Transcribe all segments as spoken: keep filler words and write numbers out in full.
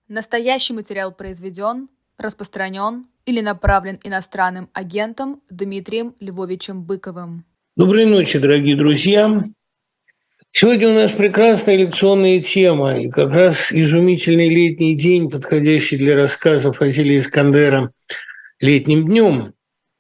Настоящий материал произведен, распространен или направлен иностранным агентом Дмитрием Львовичем Быковым. Доброй ночи, дорогие друзья. Сегодня у нас прекрасная лекционная тема, и как раз изумительный летний день, подходящий для рассказов Азилия Искандера летним днем,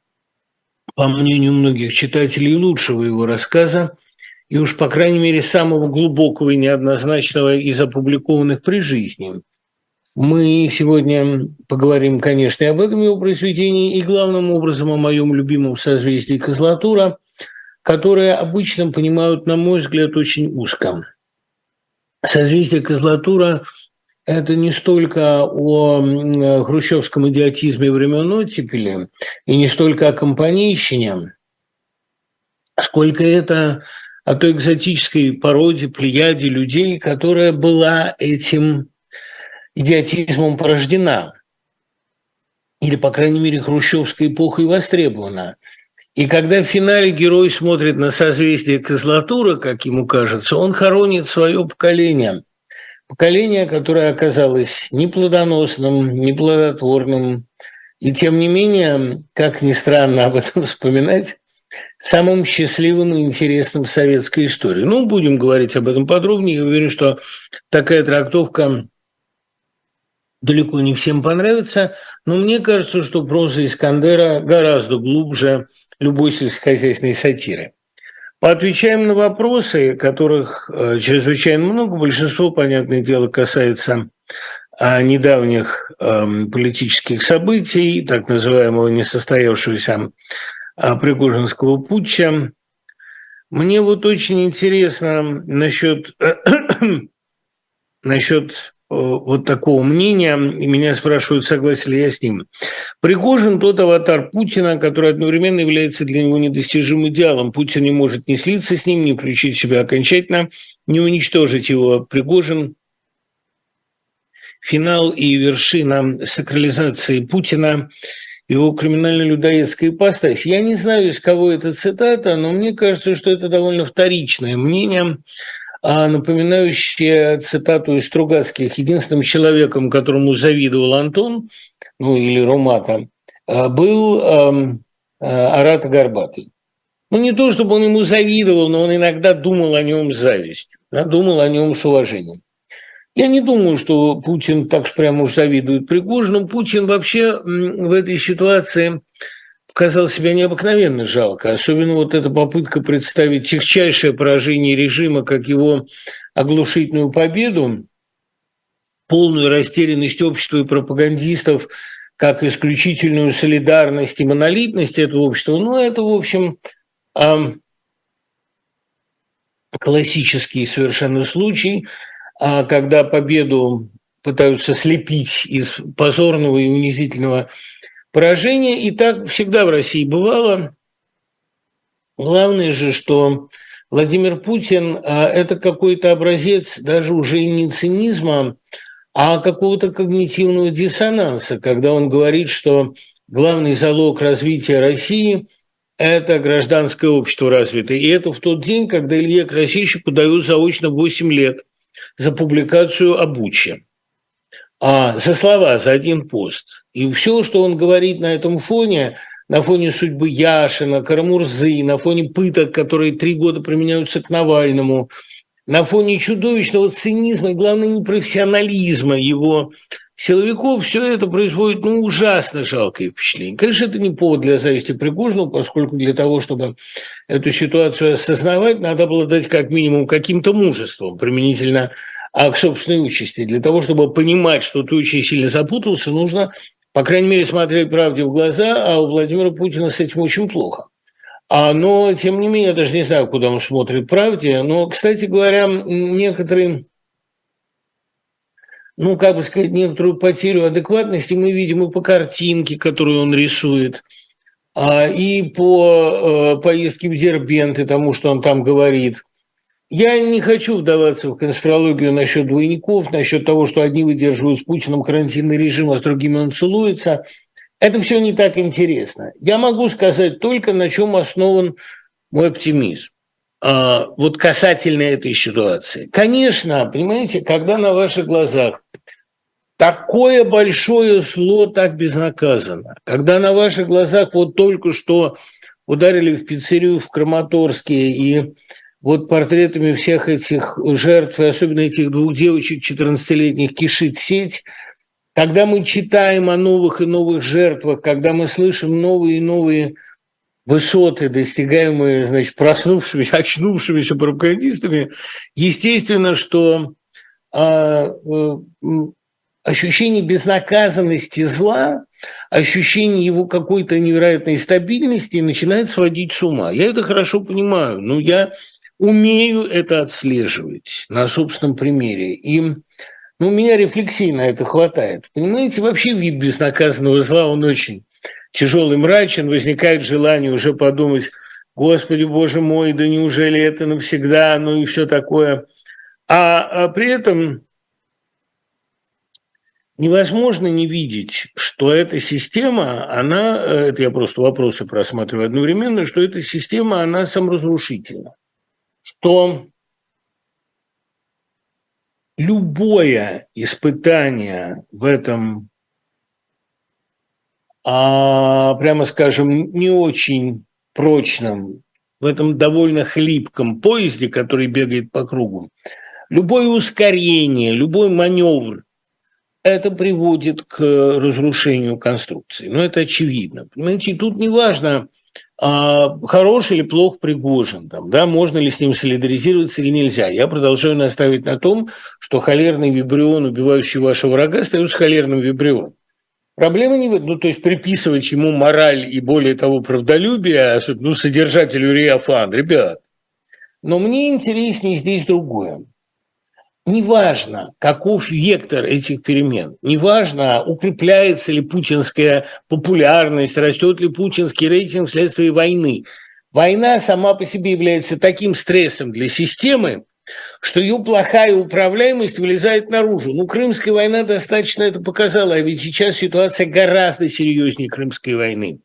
по мнению многих читателей, лучшего его рассказа, и уж, по крайней мере, самого глубокого и неоднозначного из опубликованных при жизни. Мы сегодня поговорим, конечно, и об этом его произведении, и главным образом о моем любимом созвездии Козлатура, которое обычно понимают, на мой взгляд, очень узко. Созвездие Козлатура – это не столько о хрущевском идиотизме времен оттепели и не столько о компанейщине, сколько это о той экзотической породе, плеяде людей, которая была этим идиотизмом порождена, или, по крайней мере, хрущевской эпохой востребована. И когда в финале герой смотрит на созвездие Козлатура, как ему кажется, он хоронит свое поколение. Поколение, которое оказалось неплодоносным, неплодотворным, и, тем не менее, как ни странно об этом вспоминать, самым счастливым и интересным в советской истории. Ну, будем говорить об этом подробнее. Я уверен, что такая трактовка далеко не всем понравится, но мне кажется, что проза Искандера гораздо глубже любой сельскохозяйственной сатиры. Поотвечаем на вопросы, которых э, чрезвычайно много. Большинство, понятное дело, касается э, недавних э, политических событий, так называемого несостоявшегося э, Пригожинского путча. Мне вот очень интересно насчет, э, насчет вот такого мнения, и меня спрашивают, согласен ли я с ним. Пригожин – тот аватар Путина, который одновременно является для него недостижимым идеалом. Путин не может не слиться с ним, не включить себя окончательно, не уничтожить его. Пригожин – финал и вершина сакрализации Путина, его криминально-людоедской ипостаси. Я не знаю, из кого эта цитата, но мне кажется, что это довольно вторичное мнение, напоминающая цитату из Стругацких: «Единственным человеком, которому завидовал Антон, ну или Румата, был э, э, Арата Горбатый». Ну, не то, чтобы он ему завидовал, но он иногда думал о нем с завистью, да, думал о нем с уважением. Я не думаю, что Путин так же прямо уж завидует Пригожину. Путин вообще в этой ситуации показал себя необыкновенно жалко. Особенно вот эта попытка представить тягчайшее поражение режима как его оглушительную победу, полную растерянность общества и пропагандистов, как исключительную солидарность и монолитность этого общества. Ну, это, в общем, классический совершенно случай, когда победу пытаются слепить из позорного и унизительного поражение, и так всегда в России бывало. Главное же, что Владимир Путин – это какой-то образец даже уже не цинизма, а какого-то когнитивного диссонанса, когда он говорит, что главный залог развития России – это гражданское общество развитое. И это в тот день, когда Илье Красильщику дают заочно восемь лет за публикацию о Буче. А за слова, за один пост. И все, что он говорит на этом фоне, на фоне судьбы Яшина, Карамурзы, на фоне пыток, которые три года применяются к Навальному, на фоне чудовищного цинизма и, главное, непрофессионализма его силовиков, все это производит, ну, ужасно жалкое впечатление. Конечно, это не повод для зависти Пригожину, поскольку для того, чтобы эту ситуацию осознавать, надо было дать как минимум каким-то мужеством применительно а к собственной участи. Для того, чтобы понимать, что ты очень сильно запутался, нужно, по крайней мере, смотреть правде в глаза, а у Владимира Путина с этим очень плохо. А, но, тем не менее, я даже не знаю, куда он смотрит правде. Но, кстати говоря, некоторые, ну, как бы сказать, некоторую потерю адекватности мы видим и по картинке, которую он рисует, и по поездке в Дербент и тому, что он там говорит. Я не хочу вдаваться в конспирологию насчет двойников, насчет того, что одни выдерживают с Путиным карантинный режим, а с другими он целуется. Это все не так интересно. Я могу сказать только, на чем основан мой оптимизм. А, вот касательно этой ситуации. Конечно, понимаете, когда на ваших глазах такое большое зло так безнаказанно, когда на ваших глазах вот только что ударили в пиццерию в Краматорске, и вот портретами всех этих жертв, и особенно этих двух девочек четырнадцатилетних, кишит сеть, когда мы читаем о новых и новых жертвах, когда мы слышим новые и новые высоты, достигаемые, значит, проснувшимися, очнувшимися пропагандистами, естественно, что а, а, ощущение безнаказанности зла, ощущение его какой-то невероятной стабильности начинает сводить с ума. Я это хорошо понимаю, но я умею это отслеживать на собственном примере. И ну, у меня рефлексии на это хватает. Понимаете, вообще вид безнаказанного зла, он очень тяжелый, мрачен. Возникает желание уже подумать: Господи, Боже мой, да неужели это навсегда, ну и все такое. А, а при этом невозможно не видеть, что эта система, она, это я просто вопросы просматриваю одновременно, что эта система, она саморазрушительна. Что любое испытание в этом, а, прямо скажем, не очень прочном, в этом довольно хлипком поезде, который бегает по кругу, любое ускорение, любой маневр, это приводит к разрушению конструкции. Но это очевидно. Понимаете, тут не важно, а, хорош или плох Пригожин, там, да, можно ли с ним солидаризироваться или нельзя. Я продолжаю настаивать на том, что холерный вибрион, убивающий вашего врага, остается холерным вибрионом. Проблема не в этом, ну, то есть приписывать ему мораль и, более того, правдолюбие, ну, содержателю Риафан, ребят. Но мне интереснее здесь другое. Неважно, каков вектор этих перемен, неважно, укрепляется ли путинская популярность, растет ли путинский рейтинг вследствие войны. Война сама по себе является таким стрессом для системы, что ее плохая управляемость вылезает наружу. Ну, Крымская война достаточно это показала, а ведь сейчас ситуация гораздо серьезнее Крымской войны.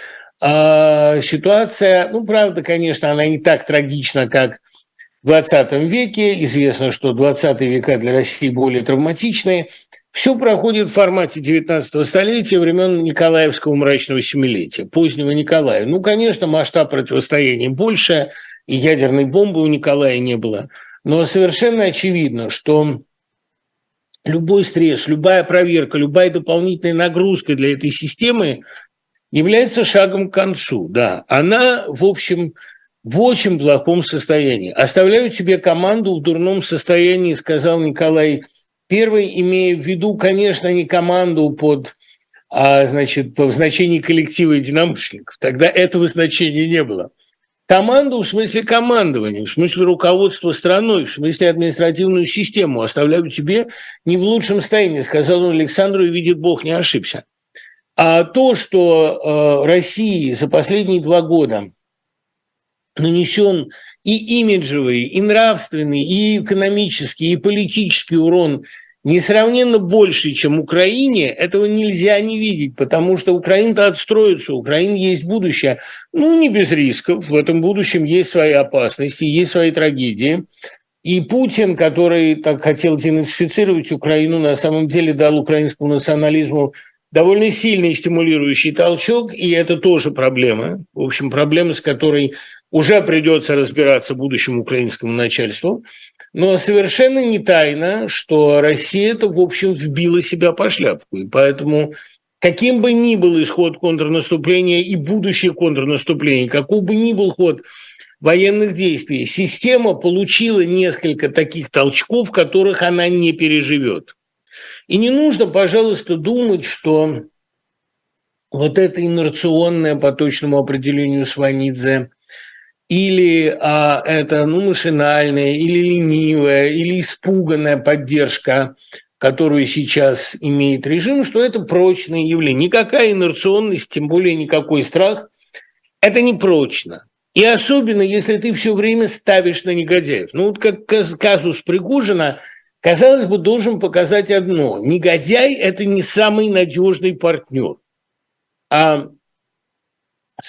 А ситуация, ну, правда, конечно, она не так трагична, как в двадцатом веке. Известно, что двадцатые века для России более травматичные. Все проходит в формате девятнадцатого столетия, времен Николаевского мрачного семилетия, позднего Николая. Ну, конечно, масштаб противостояния больше, и ядерной бомбы у Николая не было. Но совершенно очевидно, что любой стресс, любая проверка, любая дополнительная нагрузка для этой системы является шагом к концу. Да, она, в общем, в очень плохом состоянии. «Оставляю тебе команду в дурном состоянии», сказал Николай Первый, имея в виду, конечно, не команду под, а, значит, в значении коллектива единомышленников. Тогда этого значения не было. Команду в смысле командования, в смысле руководства страной, в смысле административную систему оставляю тебе не в лучшем состоянии, сказал он Александру, и видит Бог, не ошибся. А то, что э, России за последние два года нанесен и имиджевый, и нравственный, и экономический, и политический урон несравненно больше, чем Украине, этого нельзя не видеть, потому что Украина-то отстроится, у Украины есть будущее. Ну, не без рисков, в этом будущем есть свои опасности, есть свои трагедии. И Путин, который так хотел денацифицировать Украину, на самом деле дал украинскому национализму довольно сильный стимулирующий толчок, и это тоже проблема. В общем, проблема, с которой уже придется разбираться будущему украинскому начальству. Но совершенно не тайно, что Россия-то, в общем, вбила себя по шляпку. И поэтому, каким бы ни был исход контрнаступления и будущее контрнаступление, каков бы ни был ход военных действий, система получила несколько таких толчков, которых она не переживет. И не нужно, пожалуйста, думать, что вот это инерционное, по точному определению Сванидзе, или а, это ну, машинальная, или ленивая, или испуганная поддержка, которую сейчас имеет режим, что это прочное явление. Никакая инерционность, тем более никакой страх, это не прочно. И особенно, если ты все время ставишь на негодяев. Ну вот как казус Пригожина, казалось бы, должен показать одно. Негодяй – это не самый надежный партнер. А,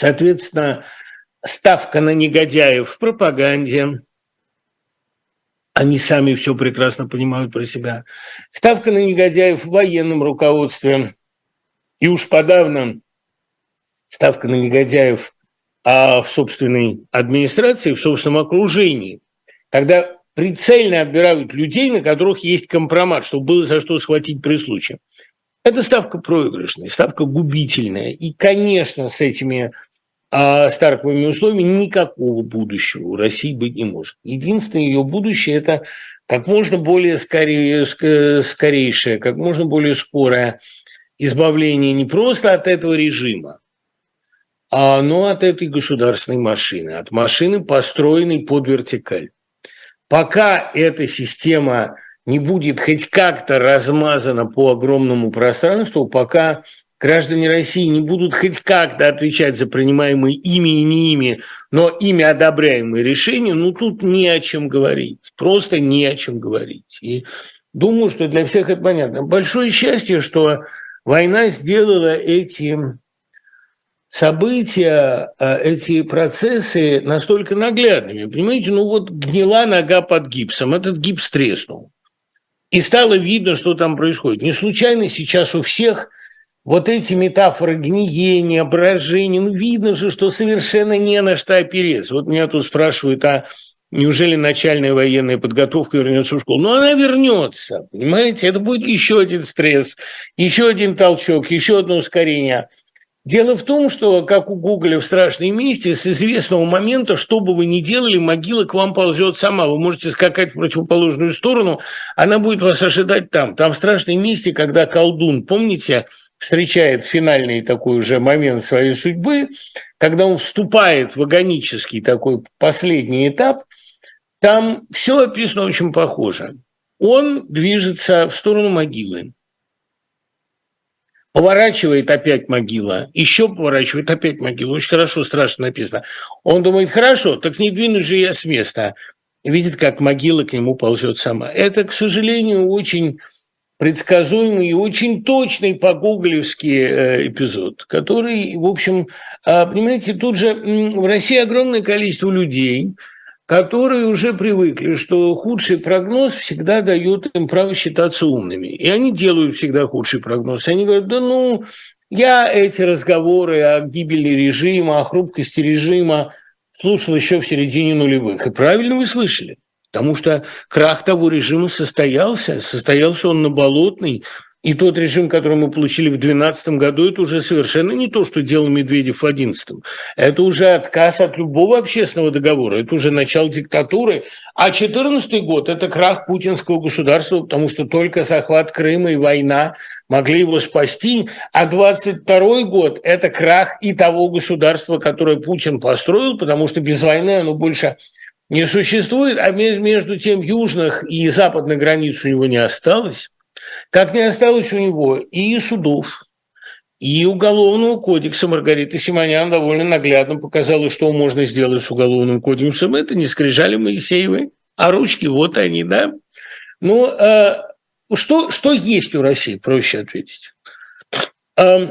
соответственно, ставка на негодяев в пропаганде, Они сами все прекрасно понимают про себя. Ставка на негодяев в военном руководстве. И уж подавно ставка на негодяев а в собственной администрации, в собственном окружении. Когда прицельно отбирают людей, на которых есть компромат, чтобы было за что схватить при случае. Это ставка проигрышная, ставка губительная. И, конечно, с этими а, старковыми условиями никакого будущего у России быть не может. Единственное ее будущее – это как можно более скорее, скорейшее, как можно более скорое избавление не просто от этого режима, а, но от этой государственной машины, от машины, построенной под вертикаль. Пока эта система не будет хоть как-то размазана по огромному пространству, пока граждане России не будут хоть как-то отвечать за принимаемые ими и не ими, но ими одобряемые решения, ну тут не о чем говорить, просто не о чем говорить. И думаю, что для всех это понятно. Большое счастье, что война сделала эти события, эти процессы настолько наглядными. Понимаете, ну вот гнила нога под гипсом, этот гипс треснул. И стало видно, что там происходит. Не случайно сейчас у всех вот эти метафоры гниения, брожения, ну видно же, что совершенно не на что опереться. Вот меня тут спрашивают, а неужели начальная военная подготовка вернется в школу? Ну, она вернется, понимаете? Это будет еще один стресс, еще один толчок, еще одно ускорение. Дело в том, что, как у Гоголя в «Страшной мести», с известного момента, что бы вы ни делали, могила к вам ползет сама. Вы можете скакать в противоположную сторону, она будет вас ожидать там. Там в «Страшной мести», когда колдун, помните, встречает финальный такой уже момент своей судьбы, когда он вступает в агонический такой последний этап, там все описано очень похоже. Он движется в сторону могилы. Поворачивает опять могила, еще поворачивает опять могила. Очень хорошо, страшно написано. Он думает, хорошо, так не двинусь же я с места. Видит, как могила к нему ползет сама. Это, к сожалению, очень предсказуемый и очень точный по-гоголевски эпизод, который, в общем, понимаете, тут же в России огромное количество людей, которые уже привыкли, что худший прогноз всегда дает им право считаться умными. И они делают всегда худший прогноз. Они говорят, да ну, я эти разговоры о гибели режима, о хрупкости режима слушал еще в середине нулевых. И правильно вы слышали, потому что крах того режима состоялся. Состоялся он на Болотной. И тот режим, который мы получили в две тысячи двенадцатом году, это уже совершенно не то, что делал Медведев в две тысячи одиннадцатом. Это уже отказ от любого общественного договора, это уже начало диктатуры. А две тысячи четырнадцатый год – это крах путинского государства, потому что только захват Крыма и война могли его спасти. А двадцать второй год – это крах и того государства, которое Путин построил, потому что без войны оно больше не существует. А между тем южных и западных границ у него не осталось. Как не осталось у него и судов, и Уголовного кодекса. Маргарита Симонян довольно наглядно показала, что можно сделать с Уголовным кодексом. Это не скрижали Моисеевой, а ручки вот они, да. Ну, э, что, что есть у России, проще ответить? Э,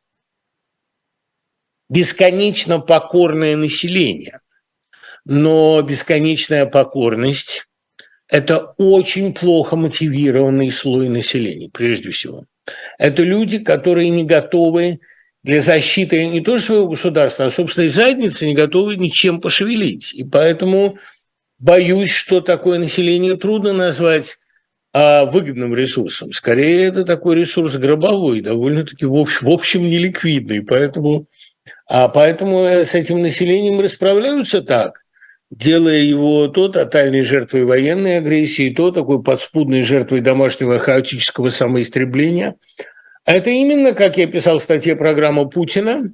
бесконечно покорное население. Но бесконечная покорность – это очень плохо мотивированный слой населения, прежде всего. Это люди, которые не готовы для защиты не только своего государства, а собственной задницы, не готовы ничем пошевелить. И поэтому боюсь, что такое население трудно назвать а, выгодным ресурсом. Скорее, это такой ресурс гробовой, довольно-таки в общем, в общем неликвидный. Поэтому, а поэтому с этим населением расправляются так, делая его то тотальной жертвой военной агрессии, то такой подспудной жертвой домашнего хаотического самоистребления. Это именно, как я писал в статье программы Путина,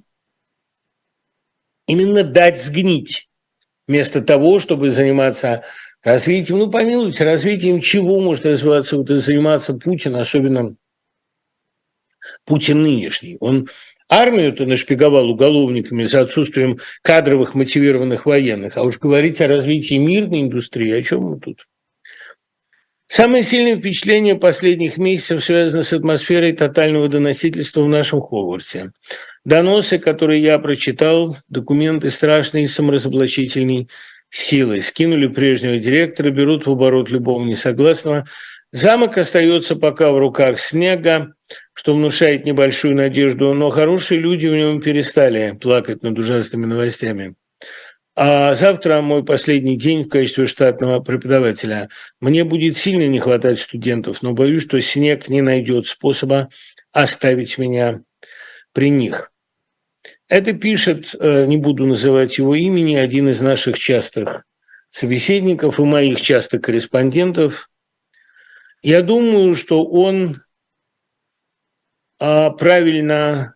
именно дать сгнить, вместо того, чтобы заниматься развитием. Ну, помилуйте, развитием чего может развиваться, вот, заниматься Путин, особенно Путин нынешний. Он армию-то нашпиговал уголовниками за отсутствием кадровых мотивированных военных. А уж говорить о развитии мирной индустрии, о чем мы тут? Самое сильное впечатление последних месяцев связано с атмосферой тотального доносительства в нашем Хогвартсе. Доносы, которые я прочитал, документы страшные и саморазоблачительные, силой. Скинули прежнего директора, берут в оборот любого несогласного. Замок остается пока в руках Снега, что внушает небольшую надежду, но хорошие люди в нем перестали плакать над ужасными новостями. А завтра мой последний день в качестве штатного преподавателя. Мне будет сильно не хватать студентов, но боюсь, что Снег не найдет способа оставить меня при них. Это пишет, не буду называть его имени, один из наших частых собеседников и моих частых корреспондентов. Я думаю, что он правильно,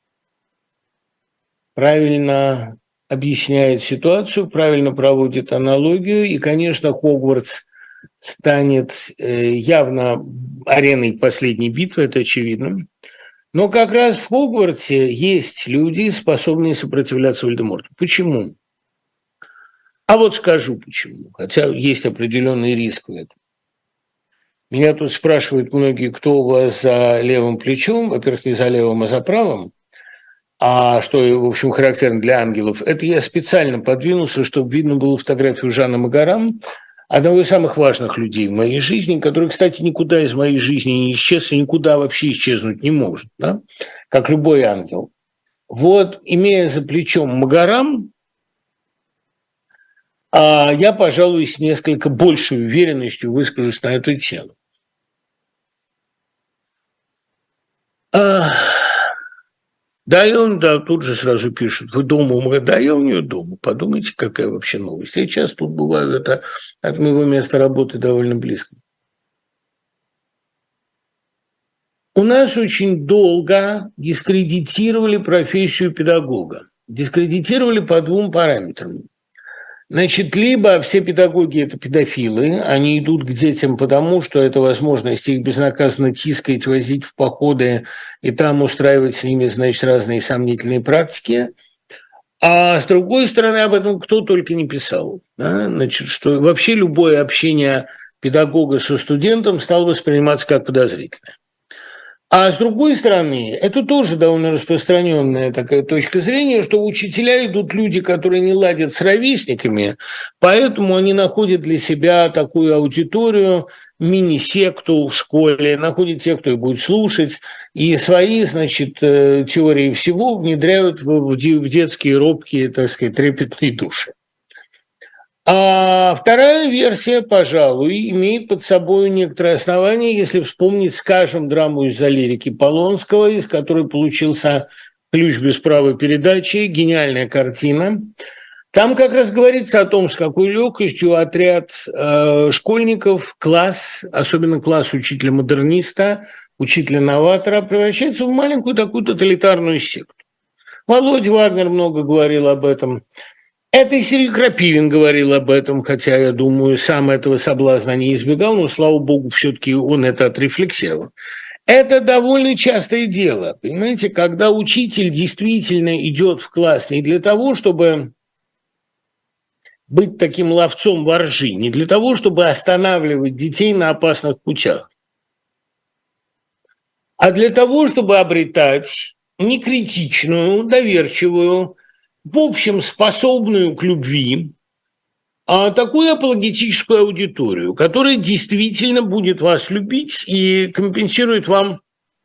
правильно объясняет ситуацию, правильно проводит аналогию, и, конечно, Хогвартс станет явно ареной последней битвы, это очевидно. Но как раз в Хогвартсе есть люди, способные сопротивляться Вольдеморту. Почему? А вот скажу почему, хотя есть определенный риск в этом. Меня тут спрашивают многие, кто у вас за левым плечом, во-первых, не за левым, а за правым, а что, в общем, характерно для ангелов. Это я специально подвинулся, чтобы видно было фотографию Жана Магарам, одного из самых важных людей в моей жизни, который, кстати, никуда из моей жизни не исчез и никуда вообще исчезнуть не может, да? Как любой ангел. Вот, имея за плечом Магарам, я, пожалуй, с несколько большей уверенностью выскажусь на эту тему. Да, и он да, тут же сразу пишет, вы дома, да, я у нее дома, подумайте, какая вообще новость. Я часто тут бываю, это от моего места работы довольно близко. У нас очень долго дискредитировали профессию педагога. Дискредитировали по двум параметрам. Значит, либо все педагоги – это педофилы, они идут к детям потому, что это возможность их безнаказанно тискать, возить в походы и там устраивать с ними, значит, разные сомнительные практики. А с другой стороны, об этом кто только не писал. Да? Значит, что вообще любое общение педагога со студентом стало восприниматься как подозрительное. А с другой стороны, это тоже довольно распространенная такая точка зрения, что учителя идут люди, которые не ладят с ровесниками, поэтому они находят для себя такую аудиторию, мини-секту в школе, находят тех, кто их будет слушать, и свои, значит, теории всего внедряют в детские робкие, так сказать, трепетные души. А вторая версия, пожалуй, имеет под собой некоторые основания, если вспомнить, скажем, драму из-за лирики Полонского, из которой получился «Ключ без права передачи», гениальная картина. Там как раз говорится о том, с какой легкостью отряд э, школьников, класс, особенно класс учителя-модерниста, учителя-новатора, превращается в маленькую такую тоталитарную секту. Володя Вагнер много говорил об этом. Это и Сергей Крапивин говорил об этом, хотя, я думаю, сам этого соблазна не избегал, но, слава богу, все-таки он это отрефлексировал. Это довольно частое дело, понимаете, когда учитель действительно идет в класс не для того, чтобы быть таким ловцом воржи, не для того, чтобы останавливать детей на опасных путях, а для того, чтобы обретать некритичную, доверчивую, в общем, способную к любви, а такую апологетическую аудиторию, которая действительно будет вас любить и компенсирует вам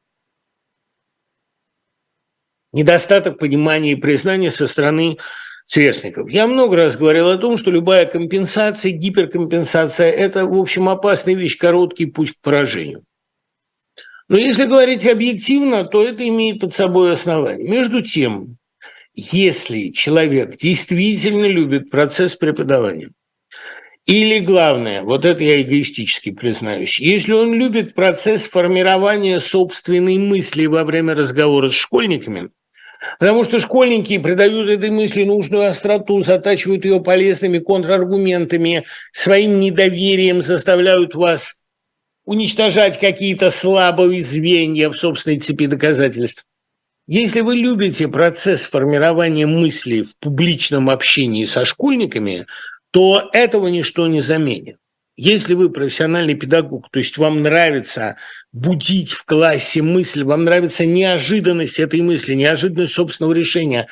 недостаток понимания и признания со стороны сверстников. Я много раз говорил о том, что любая компенсация, гиперкомпенсация – это, в общем, опасная вещь, короткий путь к поражению. Но если говорить объективно, то это имеет под собой основание. Между тем, если человек действительно любит процесс преподавания, или главное, вот это я эгоистически признаюсь, если он любит процесс формирования собственной мысли во время разговора с школьниками, потому что школьники придают этой мысли нужную остроту, затачивают ее полезными контраргументами, своим недоверием заставляют вас уничтожать какие-то слабые звенья в собственной цепи доказательств. Если вы любите процесс формирования мыслей в публичном общении со школьниками, то этого ничто не заменит. Если вы профессиональный педагог, то есть вам нравится будить в классе мысль, вам нравится неожиданность этой мысли, неожиданность собственного решения,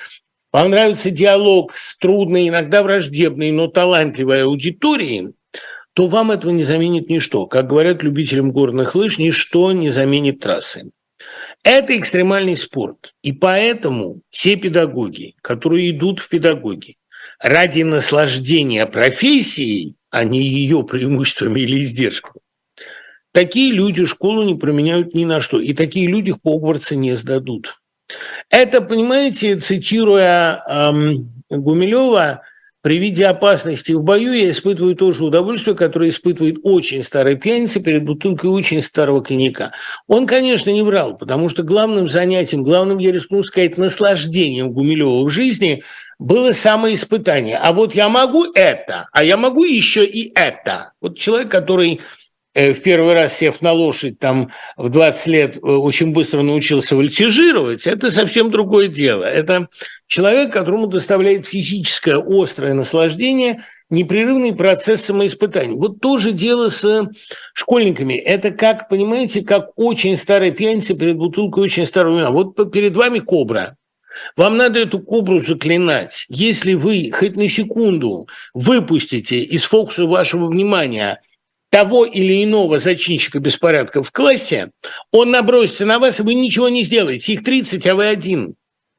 вам нравится диалог с трудной, иногда враждебной, но талантливой аудиторией, то вам этого не заменит ничто. Как говорят любителям горных лыж, ничто не заменит трассы. Это экстремальный спорт. И поэтому те педагоги, которые идут в педагоги ради наслаждения профессией, а не ее преимуществами или издержками, такие люди школу не променяют ни на что. И такие люди Хогвартса не сдадут. Это, понимаете, цитируя эм, Гумилева, при виде опасности в бою я испытываю то же удовольствие, которое испытывает очень старый пьяница перед бутылкой очень старого коньяка. Он, конечно, не врал, потому что главным занятием, главным, я рискну сказать, наслаждением Гумилева в жизни было самоиспытание. А вот я могу это, а я могу еще и это. Вот человек, который в первый раз, сев на лошадь, там в двадцать лет очень быстро научился вольтижировать, это совсем другое дело. Это человек, которому доставляет физическое острое наслаждение непрерывный процесс самоиспытаний. Вот то же дело с школьниками. Это как, понимаете, как очень старый пьяница перед бутылкой очень старого вина. Вот перед вами кобра. Вам надо эту кобру заклинать. Если вы хоть на секунду выпустите из фокуса вашего внимания того или иного зачинщика беспорядка в классе, он набросится на вас, и вы ничего не сделаете. Их тридцать, а вы один.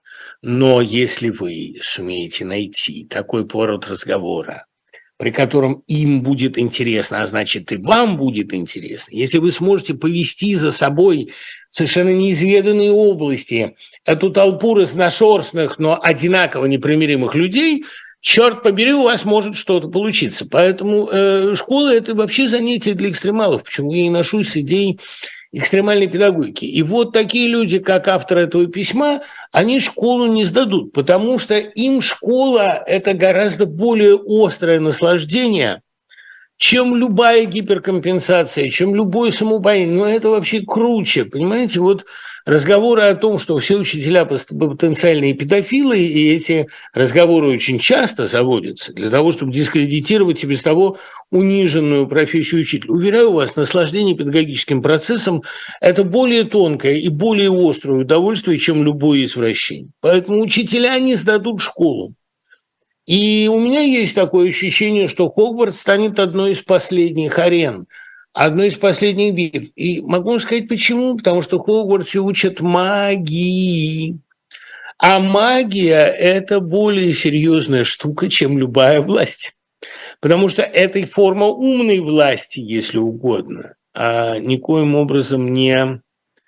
Но если вы сумеете найти такой поворот разговора, при котором им будет интересно, а значит и вам будет интересно, если вы сможете повести за собой в совершенно неизведанные области эту толпу разношерстных, но одинаково непримиримых людей, черт побери, у вас может что-то получиться. Поэтому э, школа – это вообще занятие для экстремалов, почему я и ношусь с идеей экстремальной педагогики. И вот такие люди, как автор этого письма, они школу не сдадут, потому что им школа – это гораздо более острое наслаждение, чем любая гиперкомпенсация, чем любой самоупоение. Но это вообще круче, понимаете? Вот разговоры о том, что все учителя потенциальные педофилы, и эти разговоры очень часто заводятся для того, чтобы дискредитировать и без того униженную профессию учителя. Уверяю вас, наслаждение педагогическим процессом – это более тонкое и более острое удовольствие, чем любое извращение. Поэтому учителя не сдадут школу. И у меня есть такое ощущение, что Хогвартс станет одной из последних арен, одной из последних битв. И могу вам сказать почему. Потому что в Хогвартсе учат магии. А магия – это более серьезная штука, чем любая власть. Потому что это форма умной власти, если угодно, а никоим образом не…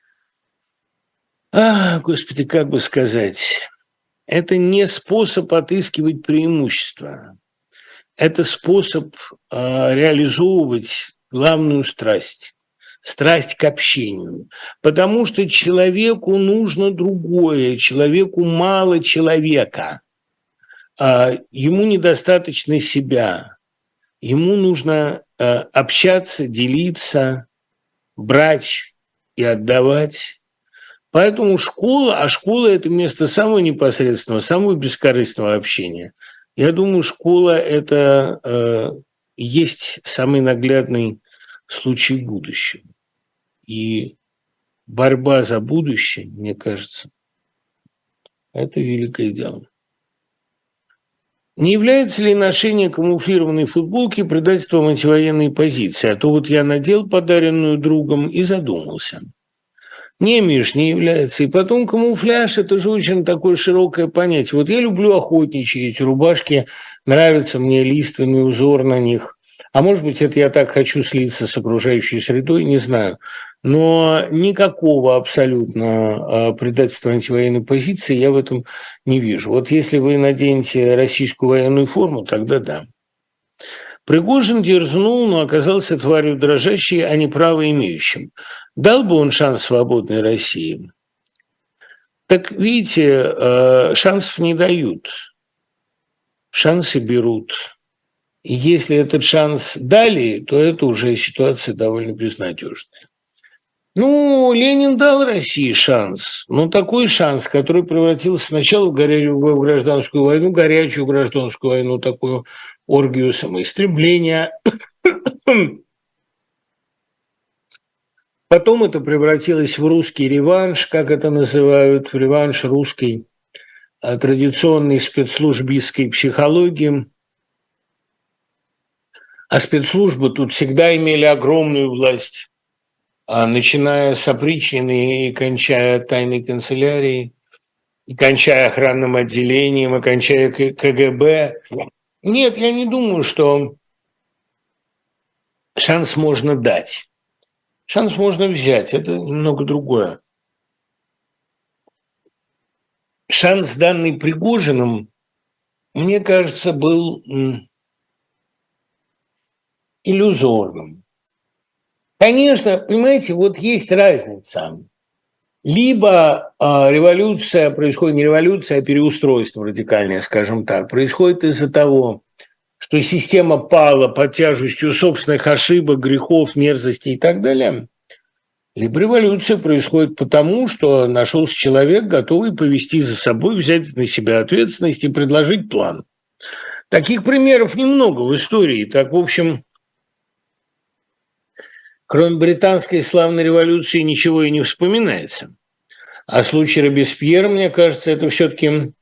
А, Господи, как бы сказать… Это не способ отыскивать преимущества. Это способ э, реализовывать главную страсть. Страсть к общению. Потому что человеку нужно другое. Человеку мало человека. Э, ему недостаточно себя. Ему нужно э, общаться, делиться, брать и отдавать. Поэтому школа, а школа – это место самого непосредственного, самого бескорыстного общения. Я думаю, школа – это э, есть самый наглядный случай будущего. И борьба за будущее, мне кажется, это великое дело. Не является ли ношение камуфлированной футболки предательством антивоенной позиции? А то вот я надел подаренную другом и задумался. Не, Миш, не является. И потом камуфляж – это же очень такое широкое понятие. Вот я люблю охотничьи эти рубашки, нравится мне лиственный узор на них. А может быть, это я так хочу слиться с окружающей средой, не знаю. Но никакого абсолютно предательства антивоенной позиции я в этом не вижу. Вот если вы наденете российскую военную форму, тогда да. Пригожин дерзнул, но оказался тварью дрожащей, а не правоимеющим. Дал бы он шанс свободной России? Так, видите, шансов не дают. Шансы берут. И если этот шанс дали, то это уже ситуация довольно безнадежная. Ну, Ленин дал России шанс, но такой шанс, который превратился сначала в горячую в гражданскую войну, горячую гражданскую войну, такую оргию самоистребления. Потом это превратилось в русский реванш, как это называют, в реванш русской традиционной спецслужбистской психологии. А спецслужбы тут всегда имели огромную власть, начиная с опричнины и кончая тайной канцелярией, и кончая охранным отделением, и кончая КГБ. Нет, я не думаю, что шанс можно дать. Шанс можно взять, это немного другое. Шанс, данный Пригожиным, мне кажется, был иллюзорным. Конечно, понимаете, вот есть разница. Либо э, революция происходит, не революция, а переустройство радикальное, скажем так, происходит из-за того, что система пала под тяжестью собственных ошибок, грехов, мерзостей и так далее. Либо революция происходит потому, что нашелся человек, готовый повести за собой, взять на себя ответственность и предложить план. Таких примеров немного в истории. Так, в общем, кроме британской славной революции ничего и не вспоминается. А случай Робеспьера, мне кажется, это все-таки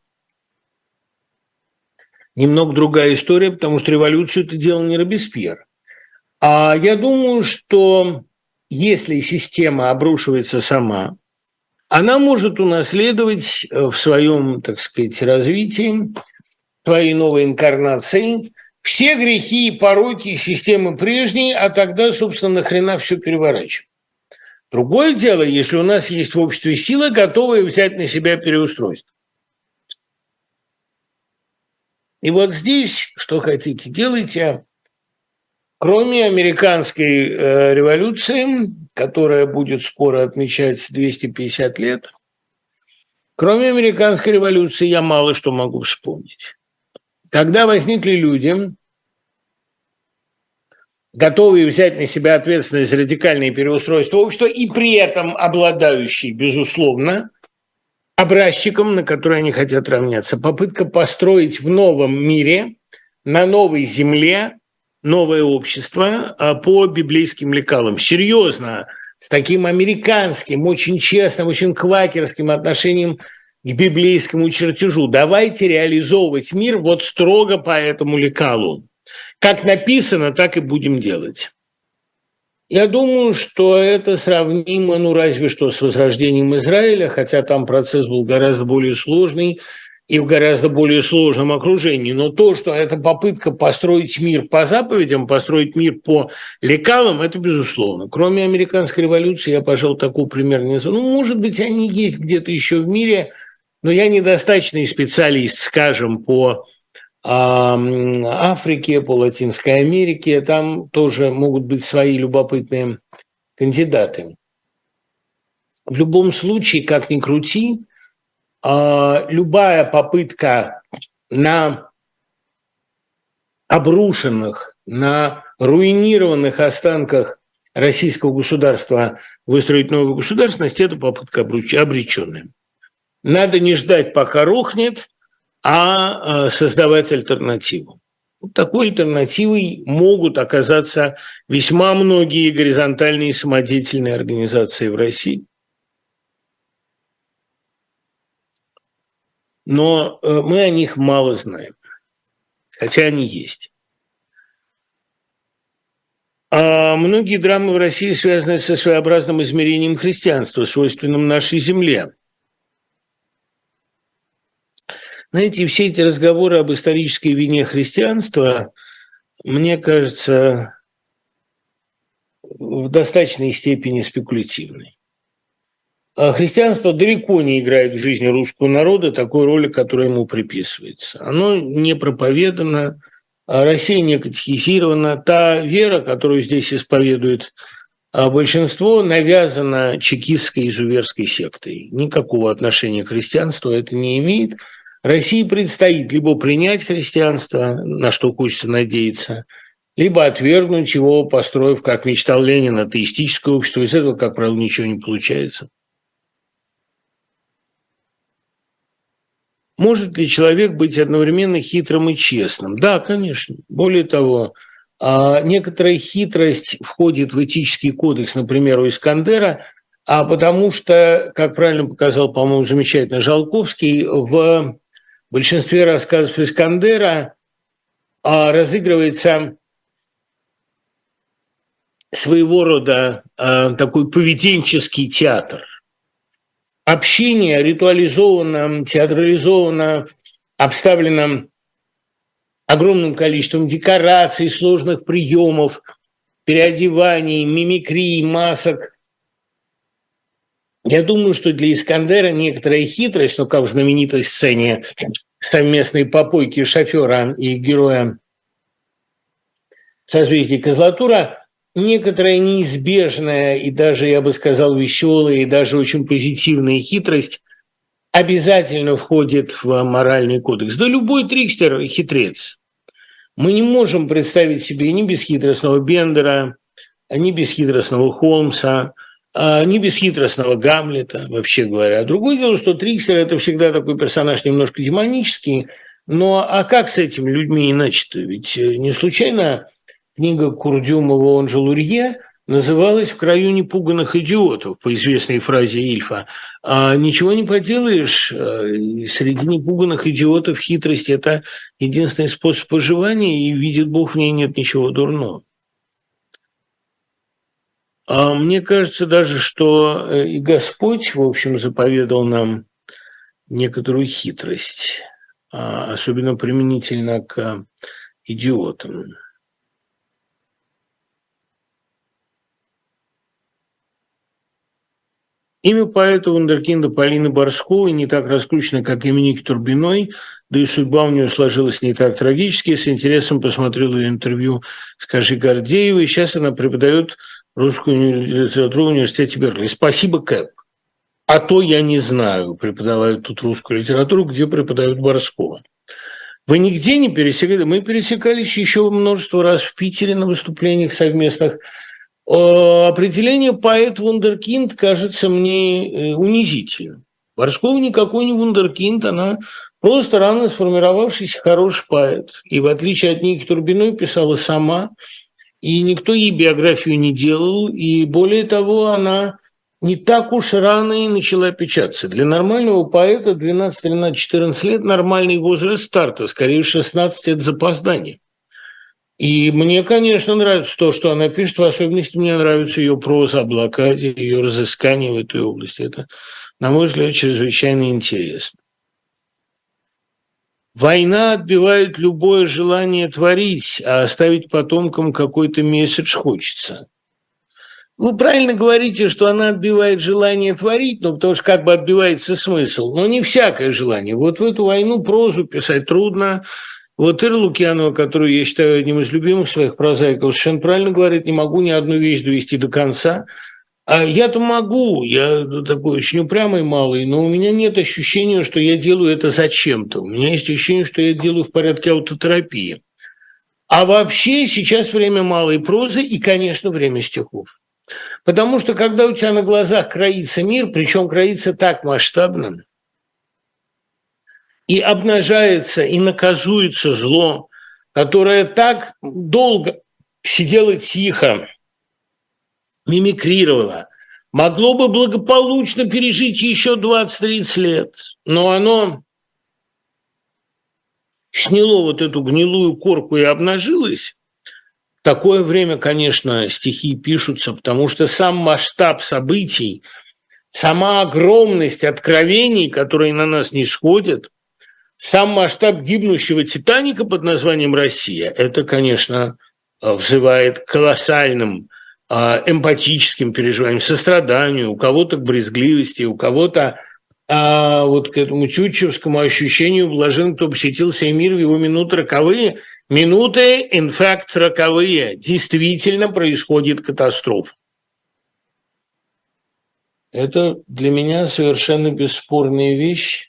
немного другая история, потому что революцию это делал не Робеспьер. А я думаю, что если система обрушивается сама, она может унаследовать в своем, так сказать, развитии, в своей новой инкарнации все грехи и пороки системы прежней, а тогда, собственно, нахрена все переворачивать. Другое дело, если у нас есть в обществе силы, готовые взять на себя переустройство. И вот здесь, что хотите, делайте. Кроме американской э, революции, которая будет скоро отмечать двести пятьдесят лет, кроме американской революции я мало что могу вспомнить. Когда возникли люди, готовые взять на себя ответственность за радикальное переустройство общества и при этом обладающие, безусловно, образчиком, на который они хотят равняться. Попытка построить в новом мире, на новой земле, новое общество по библейским лекалам. Серьезно, с таким американским, очень честным, очень квакерским отношением к библейскому чертежу. Давайте реализовывать мир вот строго по этому лекалу. Как написано, так и будем делать. Я думаю, что это сравнимо, ну, разве что с возрождением Израиля, хотя там процесс был гораздо более сложный и в гораздо более сложном окружении. Но то, что это попытка построить мир по заповедям, построить мир по лекалам, это безусловно. Кроме американской революции, я, пожалуй, такого примера не знаю. Ну, может быть, они есть где-то еще в мире, но я недостаточный специалист, скажем, по Африке, по Латинской Америке. Там тоже могут быть свои любопытные кандидаты. В любом случае, как ни крути, любая попытка на обрушенных, на руинированных останках российского государства выстроить новую государственность – это попытка обреченная. Надо не ждать, пока рухнет, а создавать альтернативу. Вот такой альтернативой могут оказаться весьма многие горизонтальные самодеятельные организации в России. Но мы о них мало знаем, хотя они есть. А многие драмы в России связаны со своеобразным измерением христианства, свойственным нашей земле. Знаете, все эти разговоры об исторической вине христианства, мне кажется, в достаточной степени спекулятивны. А христианство далеко не играет в жизни русского народа такой роли, которая ему приписывается. Оно не проповедано, а Россия не катехизирована. Та вера, которую здесь исповедует большинство, навязана чекистской изуверской сектой. Никакого отношения к христианству это не имеет. России предстоит либо принять христианство, на что хочется надеяться, либо отвергнуть его, построив, как мечтал Ленин, атеистическое общество. Из этого, как правило, ничего не получается. Может ли человек быть одновременно хитрым и честным? Да, конечно. Более того, некоторая хитрость входит в этический кодекс, например, у Искандера, а потому что, как правильно показал, по-моему, замечательно Жалковский, в в большинстве рассказов Искандера разыгрывается своего рода такой поведенческий театр. Общение ритуализовано, театрализовано, обставлено огромным количеством декораций, сложных приемов, переодеваний, мимикрий, масок. Я думаю, что для Искандера некоторая хитрость, ну, как в знаменитой сцене совместной попойки шофера и героя «Созвездия Козлатура», некоторая неизбежная и даже, я бы сказал, веселая и даже очень позитивная хитрость обязательно входит в моральный кодекс. Да любой трикстер – хитрец. Мы не можем представить себе ни бесхитростного Бендера, ни бесхитростного Холмса, ни бесхитростного Гамлета, вообще говоря. Другое дело, что трикстер – это всегда такой персонаж немножко демонический, но а как с этими людьми иначе-то? Ведь не случайно книга Курдюмова «Он же Лурье» называлась «В краю непуганных идиотов», по известной фразе Ильфа. А ничего не поделаешь, среди непуганных идиотов хитрость – это единственный способ выживания, и, видит Бог, в ней нет ничего дурного. А мне кажется даже, что и Господь, в общем, заповедал нам некоторую хитрость, особенно применительно к идиотам. Имя поэта вундеркинда Полины Борсковой не так раскручено, как имя Ники Турбиной, да и судьба у нее сложилась не так трагически. С интересом посмотрел ее интервью с Кашей Гордеевой. Сейчас она преподает русскую литературу в университете Беркли. Спасибо, Кэп. А то я не знаю, преподавают тут русскую литературу, где преподают Борскова. Вы нигде не пересекали? Мы пересекались еще множество раз в Питере на выступлениях совместных. Определение поэт-вундеркинд кажется мне унизительным. Борскова никакой не вундеркинд, она просто рано сформировавшийся хороший поэт. И в отличие от Ники Турбиной писала сама, и никто ей биографию не делал, и более того, она не так уж рано и начала печататься. Для нормального поэта двенадцать, тринадцать, четырнадцать лет – нормальный возраст старта, скорее шестнадцать – это запоздание. И мне, конечно, нравится то, что она пишет, в особенности мне нравится ее проза о блокаде, ее разыскание в этой области. Это, на мой взгляд, чрезвычайно интересно. Война отбивает любое желание творить, а оставить потомкам какой-то месседж хочется. Вы правильно говорите, что она отбивает желание творить, ну, потому что как бы отбивается смысл, но не всякое желание. Вот в эту войну прозу писать трудно. Вот Ира Лукьянова, которую я считаю одним из любимых своих прозаиков, совершенно правильно говорит, не могу ни одну вещь довести до конца. А я-то могу, я такой очень упрямый малый, но у меня нет ощущения, что я делаю это зачем-то. У меня есть ощущение, что я делаю в порядке аутотерапии. А вообще сейчас время малой прозы и, конечно, время стихов. Потому что когда у тебя на глазах кроится мир, причем кроится так масштабно, и обнажается, и наказуется зло, которое так долго сидело тихо, мимикрировало, могло бы благополучно пережить еще двадцать-тридцать лет, но оно сняло вот эту гнилую корку и обнажилось. В такое время, конечно, стихи пишутся, потому что сам масштаб событий, сама огромность откровений, которые на нас не сходят, сам масштаб гибнущего «Титаника» под названием «Россия» – это, конечно, взывает к колоссальным эмпатическим переживаниям, состраданию, у кого-то к брезгливости, у кого-то а, вот к этому тютчевскому ощущению «блажен, кто посетил сей мир в его минуты роковые». Минуты, in fact, роковые. Действительно происходит катастрофа. Это для меня совершенно бесспорная вещь.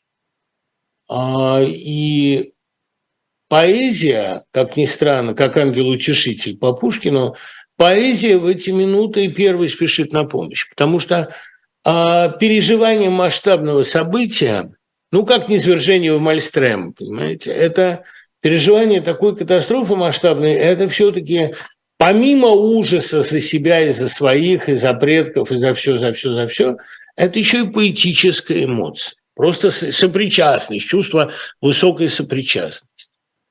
И поэзия, как ни странно, как ангел-утешитель по Пушкину, поэзия в эти минуты первой спешит на помощь, потому что переживание масштабного события, ну, как низвержение в Мальстрем, понимаете, это переживание такой катастрофы масштабной, это все-таки помимо ужаса за себя и за своих, и за предков, и за все, за все, за все, это еще и поэтическая эмоция. Просто сопричастность, чувство высокой сопричастности.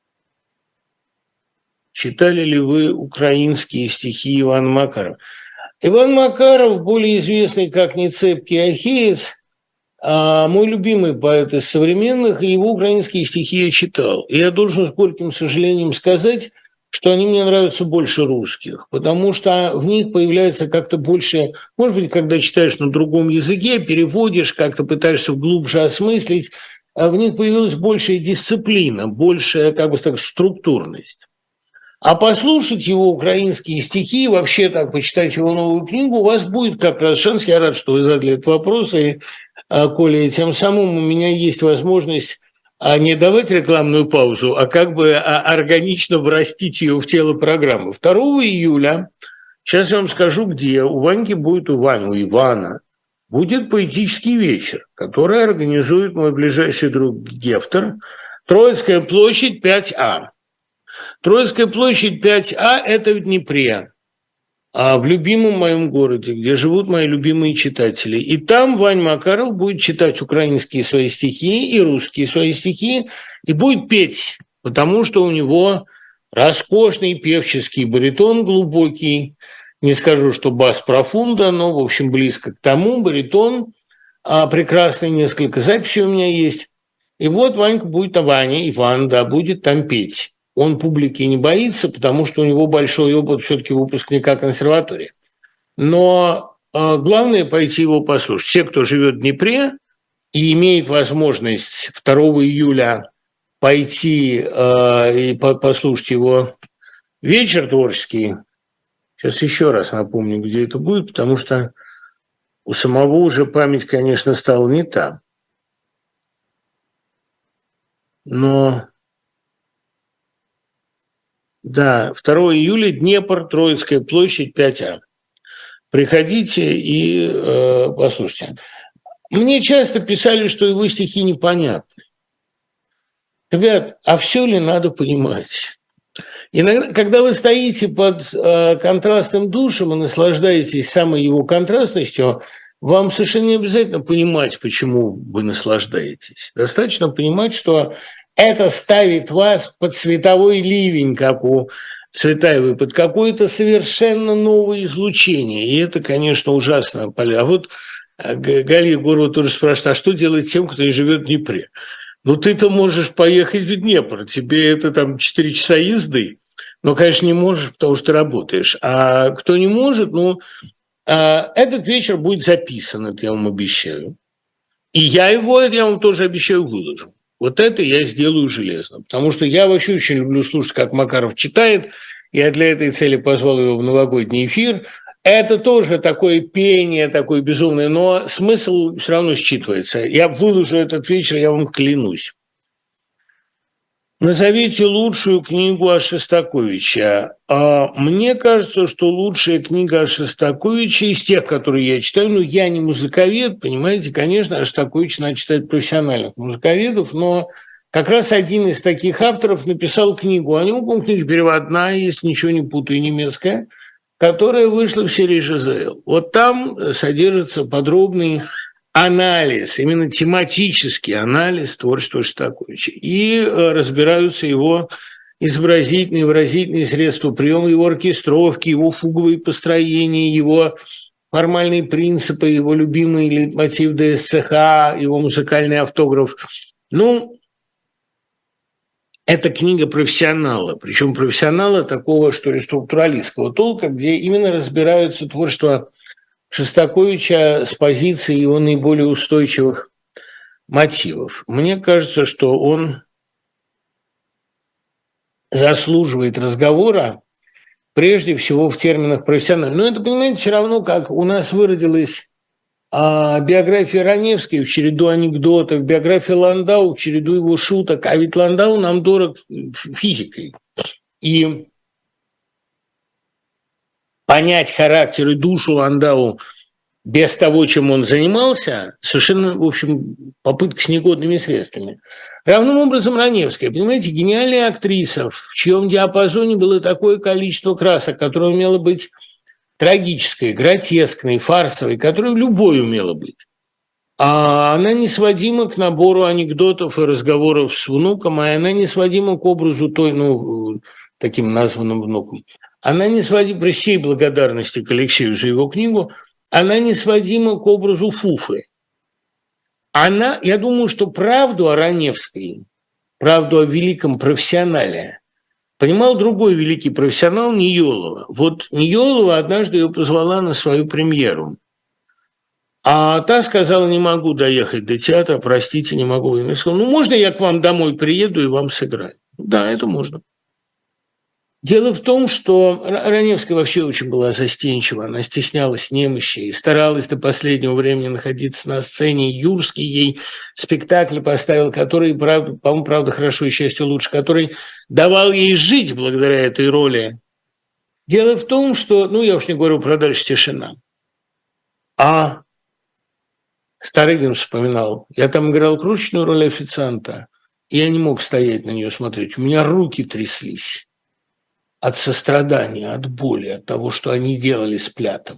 Читали ли вы украинские стихи Ивана Макарова? Иван Макаров, более известный как «Нецепкий ахеец», мой любимый поэт из современных, и его украинские стихи я читал. И я должен с горьким сожалением сказать, что они мне нравятся больше русских, потому что в них появляется как-то больше, может быть, когда читаешь на другом языке, переводишь, как-то пытаешься глубже осмыслить, в них появилась большая дисциплина, большая, как бы так, структурность. А послушать его украинские стихи, вообще так почитать его новую книгу, у вас будет как раз шанс. Я рад, что вы задали этот вопрос, и, Коля, и тем самым у меня есть возможность не давать рекламную паузу, а как бы органично врастить ее в тело программы. второго июля, сейчас я вам скажу, где, у Ваньки будет, у Вани, у Ивана, будет поэтический вечер, который организует мой ближайший друг Гефтер. Троицкая площадь пять А. Троицкая площадь пять А – это в Днепре, а в любимом моем городе, где живут мои любимые читатели. И там Вань Макаров будет читать украинские свои стихи и русские свои стихи, и будет петь, потому что у него роскошный певческий баритон, глубокий, не скажу, что бас профунда, но, в общем, близко к тому, баритон, а прекрасный, несколько записей у меня есть. И вот Ванька будет, а Ваня, Иван, да, будет там петь. Он публики не боится, потому что у него большой опыт все-таки выпускника консерватории. Но э, главное пойти его послушать. Все, кто живет в Днепре и имеет возможность второго июля пойти э, и по послушать его вечер творческий, сейчас еще раз напомню, где это будет, потому что у самого уже память, конечно, стала не та. Но... Да, второго июля, Днепр, Троицкая площадь, пять А. Приходите и э, послушайте. Мне часто писали, что его стихи непонятны. Ребят, а все ли надо понимать? Иногда, когда вы стоите под э, контрастным душем и наслаждаетесь самой его контрастностью, вам совершенно не обязательно понимать, почему вы наслаждаетесь. Достаточно понимать, что это ставит вас под световой ливень, как у Цветаевой, под какое-то совершенно новое излучение. И это, конечно, ужасно. А вот Галя Егорова тоже спрашивает, а что делать тем, кто не живет в Днепре? Ну, ты-то можешь поехать в Днепр, тебе это там четыре часа езды, но, конечно, не можешь, потому что ты работаешь. А кто не может, ну, этот вечер будет записан, это я вам обещаю. И я его, это я вам тоже обещаю, выложу. Вот это я сделаю железно, потому что я вообще очень люблю слушать, как Макаров читает. Я для этой цели позвал его в новогодний эфир. Это тоже такое пение, такое безумное, но смысл все равно считывается. Я выложу этот вечер, я вам клянусь. Назовите лучшую книгу о Шостаковиче. Мне кажется, что лучшая книга о Шостаковиче из тех, которые я читаю, ну, я не музыковед, понимаете, конечно, о Шостаковиче надо читать профессиональных музыковедов, но как раз один из таких авторов написал книгу, о нем, по-моему, книга переводная, если ничего не путаю, немецкая, которая вышла в серии ЖЗЛ. Вот там содержится подробный анализ, именно тематический анализ творчества Шостаковича. И разбираются его изобразительные, выразительные средства приема, его оркестровки, его фуговые построения, его формальные принципы, его любимый лейтмотив ДСЦХ, его музыкальный автограф. Ну, это книга профессионала, причем профессионала такого, что ли, структуралистского толка, где именно разбираются творчество Шостаковича с позиции его наиболее устойчивых мотивов. Мне кажется, что он заслуживает разговора прежде всего в терминах профессиональных. Но это, понимаете, все равно, как у нас выродилась а, биография Раневской в череду анекдотов, биография Ландау в череду его шуток. А ведь Ландау нам дорог физикой. И понять характер и душу Ландау без того, чем он занимался, совершенно, в общем, попытка с негодными средствами. Равным образом Раневская, понимаете, гениальная актриса, в чьем диапазоне было такое количество красок, которое умело быть трагической, гротескной, фарсовой, которое любой умело быть. А она не сводима к набору анекдотов и разговоров с внуком, а она не сводима к образу той, ну, таким названным внуком. Она не сводима, при всей благодарности к Алексею за его книгу, она не сводима к образу Фуфы. Она, я думаю, что правду о Раневской, правду о великом профессионале понимал другой великий профессионал Ниелова. Вот Ниелова однажды ее позвала на свою премьеру. А та сказала: не могу доехать до театра, простите, не могу. Я сказал: ну, можно я к вам домой приеду и вам сыграю? Да, это можно. Дело в том, что Раневская вообще очень была застенчива, она стеснялась немощи и старалась до последнего времени находиться на сцене. Юрский ей спектакль поставил, который, правда, по-моему, правда, хорошо и счастью лучше, который давал ей жить благодаря этой роли. Дело в том, что, ну, я уж не говорю про «Дальше тишина», а Старыгин вспоминал, я там играл крученную роль официанта, и я не мог стоять на нее смотреть, у меня руки тряслись от сострадания, от боли, от того, что они делали с Плятом.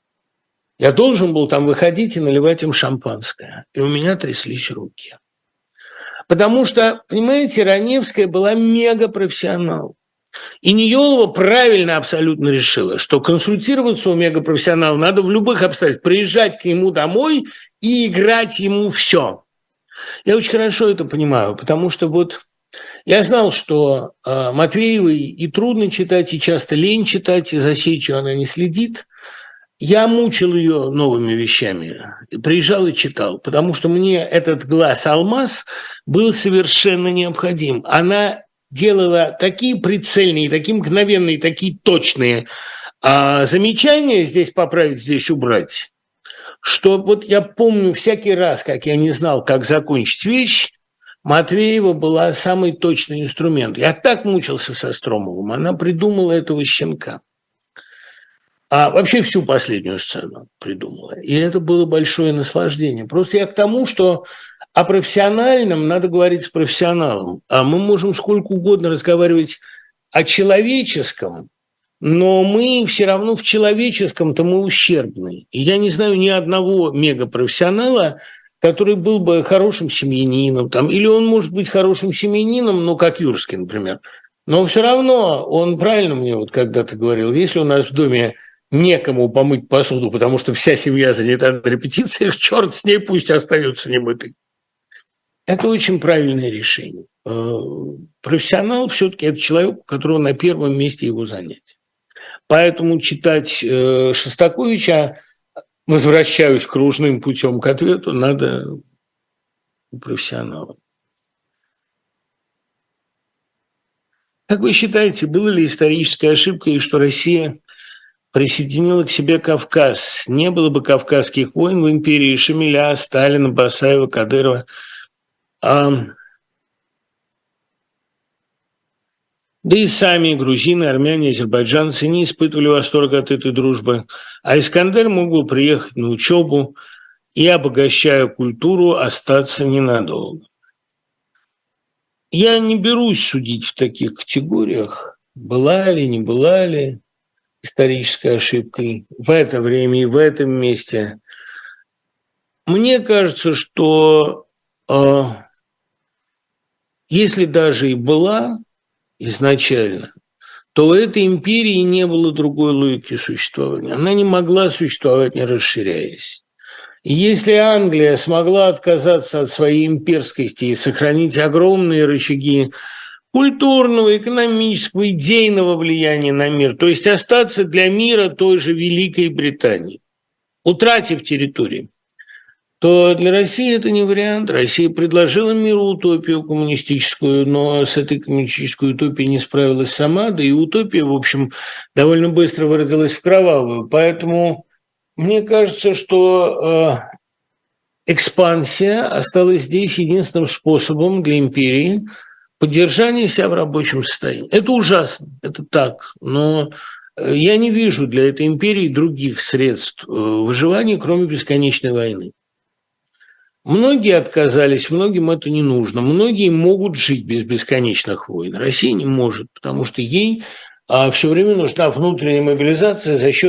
Я должен был там выходить и наливать им шампанское, и у меня тряслись руки. Потому что, понимаете, Раневская была мегапрофессионал. И Ниелова правильно абсолютно решила, что консультироваться у мегапрофессионала надо в любых обстоятельствах, приезжать к нему домой и играть ему все. Я очень хорошо это понимаю, потому что вот я знал, что э, Матвеевой и трудно читать, и часто лень читать, и за сетью она не следит. Я мучил ее новыми вещами, приезжал и читал, потому что мне этот глаз-алмаз был совершенно необходим. Она делала такие прицельные, такие мгновенные, такие точные а, замечания, здесь поправить, здесь убрать, что вот я помню всякий раз, как я не знал, как закончить вещь, Матвеева была самый точный инструмент. Я так мучился со Стромовым, она придумала этого щенка. А вообще всю последнюю сцену придумала. И это было большое наслаждение. Просто я к тому, что о профессиональном надо говорить с профессионалом. А мы можем сколько угодно разговаривать о человеческом, но мы все равно в человеческом-то мы ущербны. И я не знаю ни одного мегапрофессионала, который был бы хорошим семьянином, там, или он может быть хорошим семьянином, ну, как Юрский, например. Но все равно он правильно мне вот когда-то говорил, если у нас в доме некому помыть посуду, потому что вся семья занята на репетициях, черт с ней, пусть остается немытой. Это очень правильное решение. Профессионал все-таки это человек, у которого на первом месте его занятие. Поэтому читать Шостаковича, возвращаюсь кружным путем к ответу, надо у профессионала. Как вы считаете, была ли историческая ошибка, и что Россия присоединила к себе Кавказ? Не было бы Кавказских войн в империи Шамиля, Сталина, Басаева, Кадырова. А... Да и сами грузины, армяне, азербайджанцы не испытывали восторга от этой дружбы. А Искандер мог бы приехать на учебу и, обогащая культуру, остаться ненадолго. Я не берусь судить в таких категориях, была ли, не была ли исторической ошибкой в это время и в этом месте. Мне кажется, что э, если даже и была изначально, то у этой империи не было другой логики существования. Она не могла существовать, не расширяясь. И если Англия смогла отказаться от своей имперскости и сохранить огромные рычаги культурного, экономического, идейного влияния на мир, то есть остаться для мира той же Великой Британии, утратив территории, то для России это не вариант. Россия предложила миру утопию коммунистическую, но с этой коммунистической утопией не справилась сама, да и утопия, в общем, довольно быстро выродилась в кровавую. Поэтому мне кажется, что э, экспансия осталась здесь единственным способом для империи поддержания себя в рабочем состоянии. Это ужасно, это так, но я не вижу для этой империи других средств выживания, кроме бесконечной войны. Многие отказались, многим это не нужно. Многие могут жить без бесконечных войн. Россия не может, потому что ей а, все время нужна внутренняя мобилизация за счет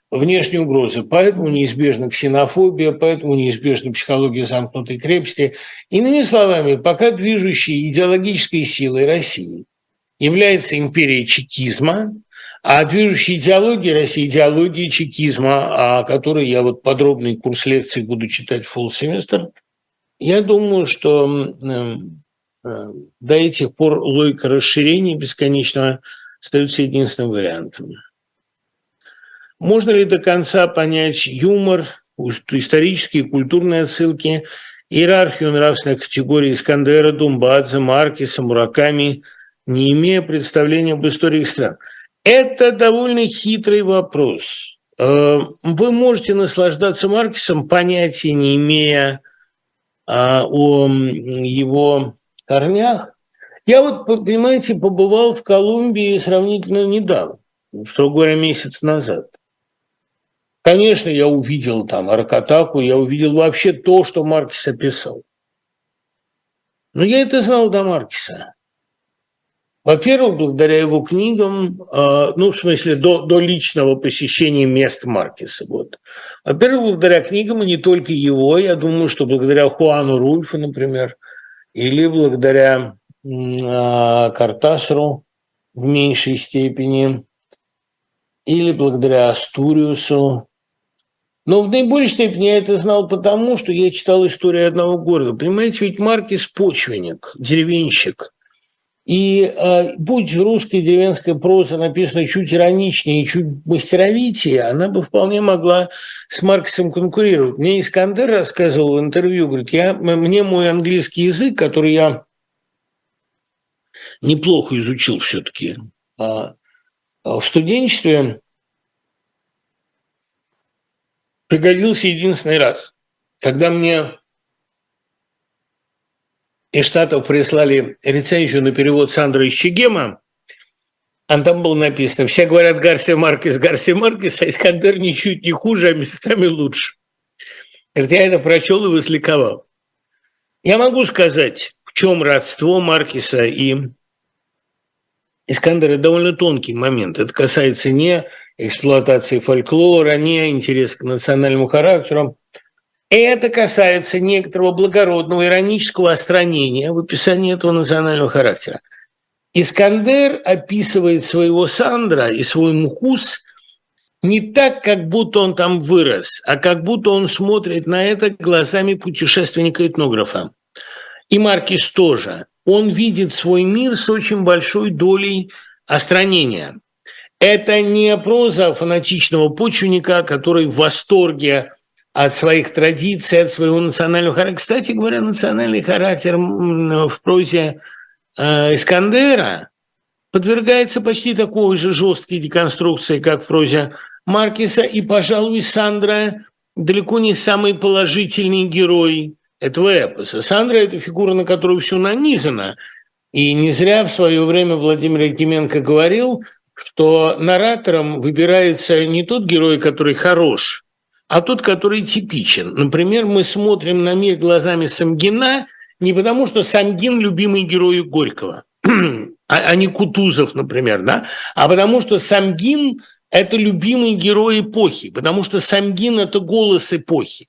внешние угрозы. Поэтому неизбежна ксенофобия, поэтому неизбежна психология замкнутой крепости. Иными словами, пока движущей идеологической силой России является империя чекизма, а движущей идеологией России идеология чекизма, о которой я вот подробный курс лекций буду читать в full семестр, я думаю, что э, э, до этих пор логика расширения бесконечного остается единственным вариантом. Можно ли до конца понять юмор, исторические и культурные отсылки, иерархию нравственных категорий Искандера, Думбадзе, Маркеса, Мураками, не имея представления об истории их стран? Это довольно хитрый вопрос. Вы можете наслаждаться Маркесом, понятия не имея о его корнях. Я вот, понимаете, побывал в Колумбии сравнительно недавно, строго говоря, месяц назад. Конечно, я увидел там Аракатаку, я увидел вообще то, что Маркес описал. Но я это знал до Маркеса. Во-первых, благодаря его книгам, ну, в смысле, до, до личного посещения мест Маркеса. Вот. Во-первых, благодаря книгам, и не только его, я думаю, что благодаря Хуану Рульфу, например, или благодаря э, Кортасару в меньшей степени, или благодаря Астуриусу. Но в наибольшей степени я это знал потому, что я читал историю одного города. Понимаете, ведь Маркес почвенник, деревенщик. И э, будь русская деревенская проза написана чуть ироничнее и чуть мастеровитее, она бы вполне могла с Марксом конкурировать. Мне Искандер рассказывал в интервью, говорит, я, мне мой английский язык, который я неплохо изучил все-таки а, а в студенчестве, пригодился единственный раз, когда мне из Штатов прислали рецензию на перевод Сандра Исчегема, а там было написано: все говорят Гарсия Маркес, Гарсия Маркес, а Искандер ничуть не хуже, а местами лучше. Говорит, я это прочел и возликовал. Я могу сказать, в чем родство Маркеса и Искандера. Довольно тонкий момент. Это касается не эксплуатации фольклора, не интереса к национальному характеру. Это касается некоторого благородного иронического остранения в описании этого национального характера. Искандер описывает своего Сандра и свой Мухуз не так, как будто он там вырос, а как будто он смотрит на это глазами путешественника-этнографа. И Маркес тоже. Он видит свой мир с очень большой долей остранения. Это не проза фанатичного почвенника, который в восторге от своих традиций, от своего национального характера. Кстати говоря, национальный характер в прозе Искандера подвергается почти такой же жесткой деконструкции, как в прозе Маркеса, и, пожалуй, Сандра далеко не самый положительный герой этого эпоса. Сандра – это фигура, на которую все нанизано, и не зря в свое время Владимир Якименко говорил, что наратором выбирается не тот герой, который хорош, а тот, который типичен. Например, мы смотрим на мир глазами Самгина не потому, что Самгин – любимый герой Горького, а не Кутузов, например, да? А потому что Самгин – это любимый герой эпохи, потому что Самгин – это голос эпохи.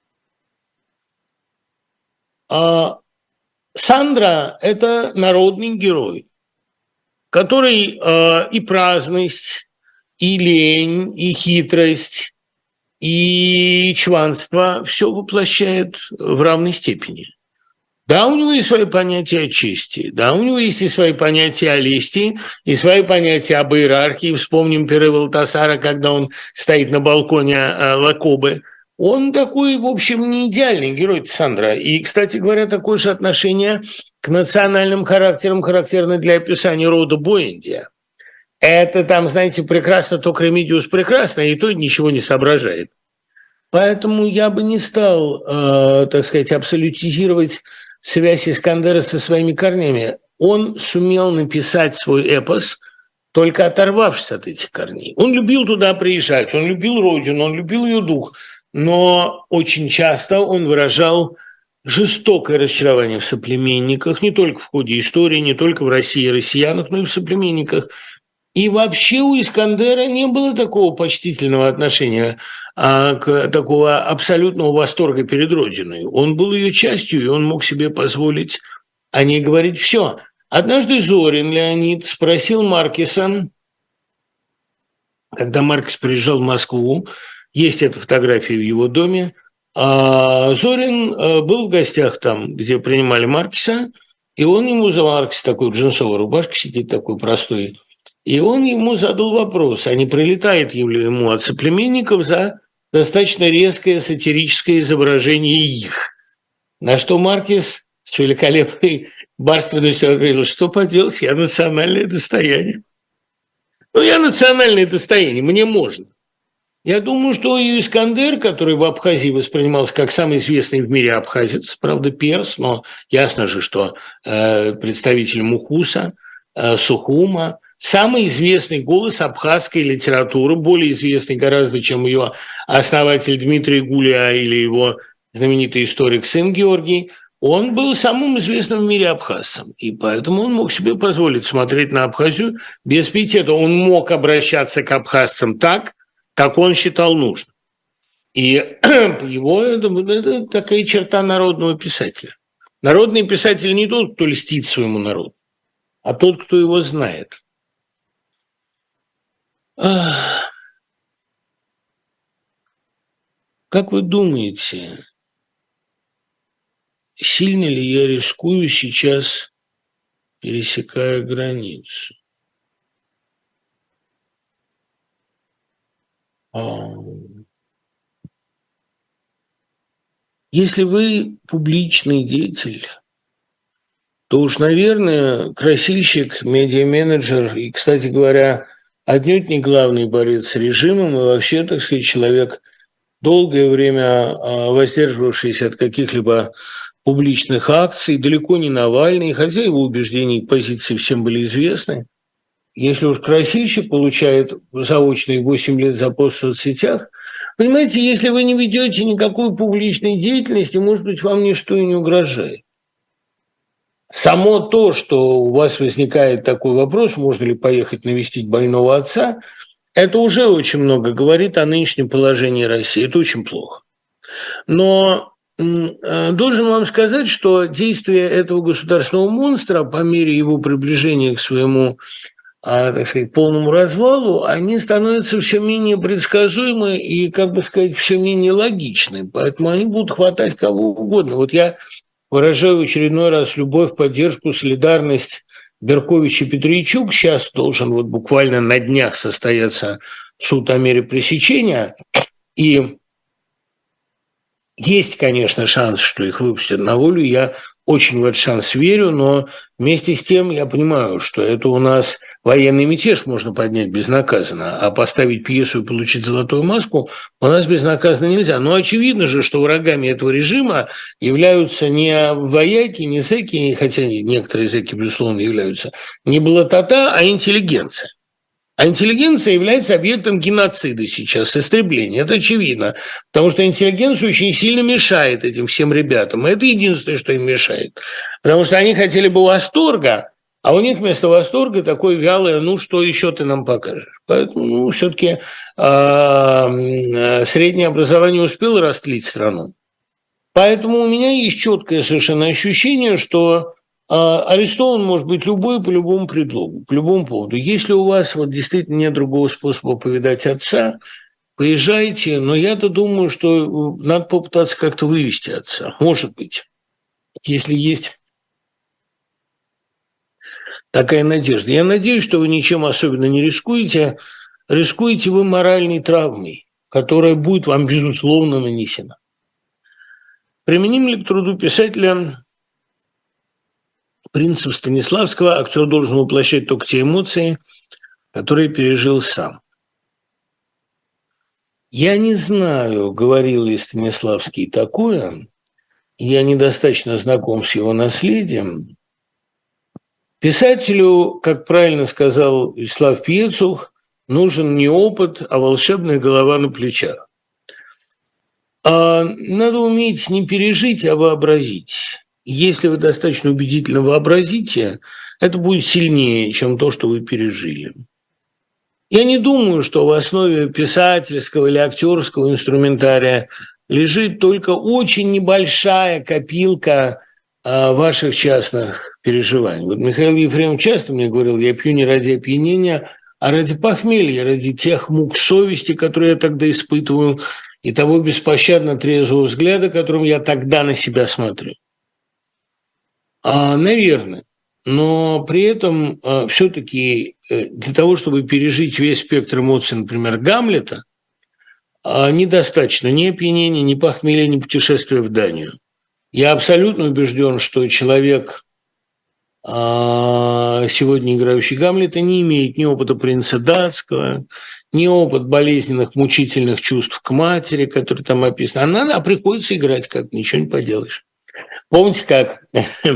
А Сандра – это народный герой, который э, и праздность, и лень, и хитрость, и чванство все воплощает в равной степени. Да, у него есть свои понятия о чести, да, у него есть и свои понятия о лести, и свои понятия об иерархии. Вспомним Пиры Валтасара, когда он стоит на балконе Лакобы. Он такой, в общем, не идеальный герой Сандра. И, кстати говоря, такое же отношение к национальным характерам характерно для описания рода Буэндия. Это там, знаете, прекрасно, то Ремидиус прекрасно, и то ничего не соображает. Поэтому я бы не стал, э, так сказать, абсолютизировать связь Искандера со своими корнями. Он сумел написать свой эпос, только оторвавшись от этих корней. Он любил туда приезжать, он любил родину, он любил ее дух, но очень часто он выражал жестокое разочарование в соплеменниках, не только в ходе истории, не только в России и россиянах, но и в соплеменниках. И вообще у Искандера не было такого почтительного отношения, а, к такого абсолютного восторга перед Родиной. Он был ее частью, и он мог себе позволить о ней говорить все. Однажды Зорин Леонид спросил Маркеса, когда Маркес приезжал в Москву, есть эта фотография в его доме, а Зорин был в гостях там, где принимали Маркеса, и он ему за Маркес, такой джинсовой рубашкой сидит, такой простой, и он ему задал вопрос, а не прилетает ли ему от соплеменников за достаточно резкое сатирическое изображение их. На что Маркес с великолепной барственностью ответил, что поделать, я национальное достояние. Ну, я национальное достояние, мне можно. Я думаю, что и Искандер, который в Абхазии воспринимался как самый известный в мире абхазец, правда, перс, но ясно же, что э, представитель Мухуса, э, Сухума, самый известный голос абхазской литературы, более известный гораздо, чем ее основатель Дмитрий Гуля или его знаменитый историк сын Георгий, он был самым известным в мире абхазцем, и поэтому он мог себе позволить смотреть на Абхазию без пиетета. Он мог обращаться к абхазцам так, как он считал нужным. И его это, это такая черта народного писателя. Народный писатель не тот, кто льстит своему народу, а тот, кто его знает. Ах. Как вы думаете, сильно ли я рискую сейчас, пересекая границу? Если вы публичный деятель, то уж, наверное, красильщик, медиа-менеджер и, кстати говоря, отнюдь не главный борец с режимом и вообще, так сказать, человек, долгое время воздерживавшийся от каких-либо публичных акций, далеко не Навальный, хотя его убеждения и позиции всем были известны. Если уж красильщик получает заочные восемь лет за пост в соцсетях, понимаете, если вы не ведете никакой публичной деятельности, может быть, вам ничто и не угрожает. Само то, что у вас возникает такой вопрос, можно ли поехать навестить больного отца, это уже очень много говорит о нынешнем положении России. Это очень плохо. Но должен вам сказать, что действия этого государственного монстра по мере его приближения к своему, так сказать, полному развалу, они становятся все менее предсказуемы и, как бы сказать, все менее логичны. Поэтому они будут хватать кого угодно. Вот я выражаю в очередной раз любовь, поддержку, солидарность Беркович и Петричук. Сейчас должен вот буквально на днях состояться суд о мере пресечения. И есть, конечно, шанс, что их выпустят на волю. Я очень в этот шанс верю, но вместе с тем я понимаю, что это у нас военный мятеж можно поднять безнаказанно, а поставить пьесу и получить золотую маску у нас безнаказанно нельзя. Но очевидно же, что врагами этого режима являются не вояки, не зэки, хотя некоторые зэки, безусловно, являются, не блатота, а интеллигенция. А интеллигенция является объектом геноцида сейчас, истребления. Это очевидно, потому что интеллигенция очень сильно мешает этим всем ребятам. И это единственное, что им мешает. Потому что они хотели бы восторга, а у них вместо восторга такое вялое, ну, что еще ты нам покажешь? Поэтому, ну, все-таки э, среднее образование успело растлить страну. Поэтому у меня есть четкое совершенно ощущение, что арестован может быть любой по любому предлогу, по любому поводу. Если у вас вот действительно нет другого способа повидать отца, поезжайте, но я-то думаю, что надо попытаться как-то вывести отца. Может быть, если есть такая надежда. Я надеюсь, что вы ничем особенно не рискуете. Рискуете вы моральной травмой, которая будет вам, безусловно, нанесена. Применим ли к труду писателя принцип Станиславского: актер должен воплощать только те эмоции, которые пережил сам? Я не знаю, говорил ли Станиславский такое, я недостаточно знаком с его наследием. Писателю, как правильно сказал Вячеслав Пьецух, нужен не опыт, а волшебная голова на плечах. А надо уметь не пережить, а вообразить. Если вы достаточно убедительно вообразите, это будет сильнее, чем то, что вы пережили. Я не думаю, что в основе писательского или актерского инструментария лежит только очень небольшая копилка а, ваших частных переживаний. Вот Михаил Ефремов часто мне говорил, я пью не ради опьянения, а ради похмелья, ради тех мук совести, которые я тогда испытываю, и того беспощадно трезвого взгляда, которым я тогда на себя смотрю. А, наверное. Но при этом э, все-таки э, для того, чтобы пережить весь спектр эмоций, например, Гамлета, э, недостаточно ни опьянения, ни похмелья, ни путешествия в Данию. Я абсолютно убежден, что человек, э, сегодня играющий Гамлета, не имеет ни опыта принца датского, ни опыта болезненных, мучительных чувств к матери, которые там описаны. А, а приходится играть, как ничего не поделаешь. Помните, как...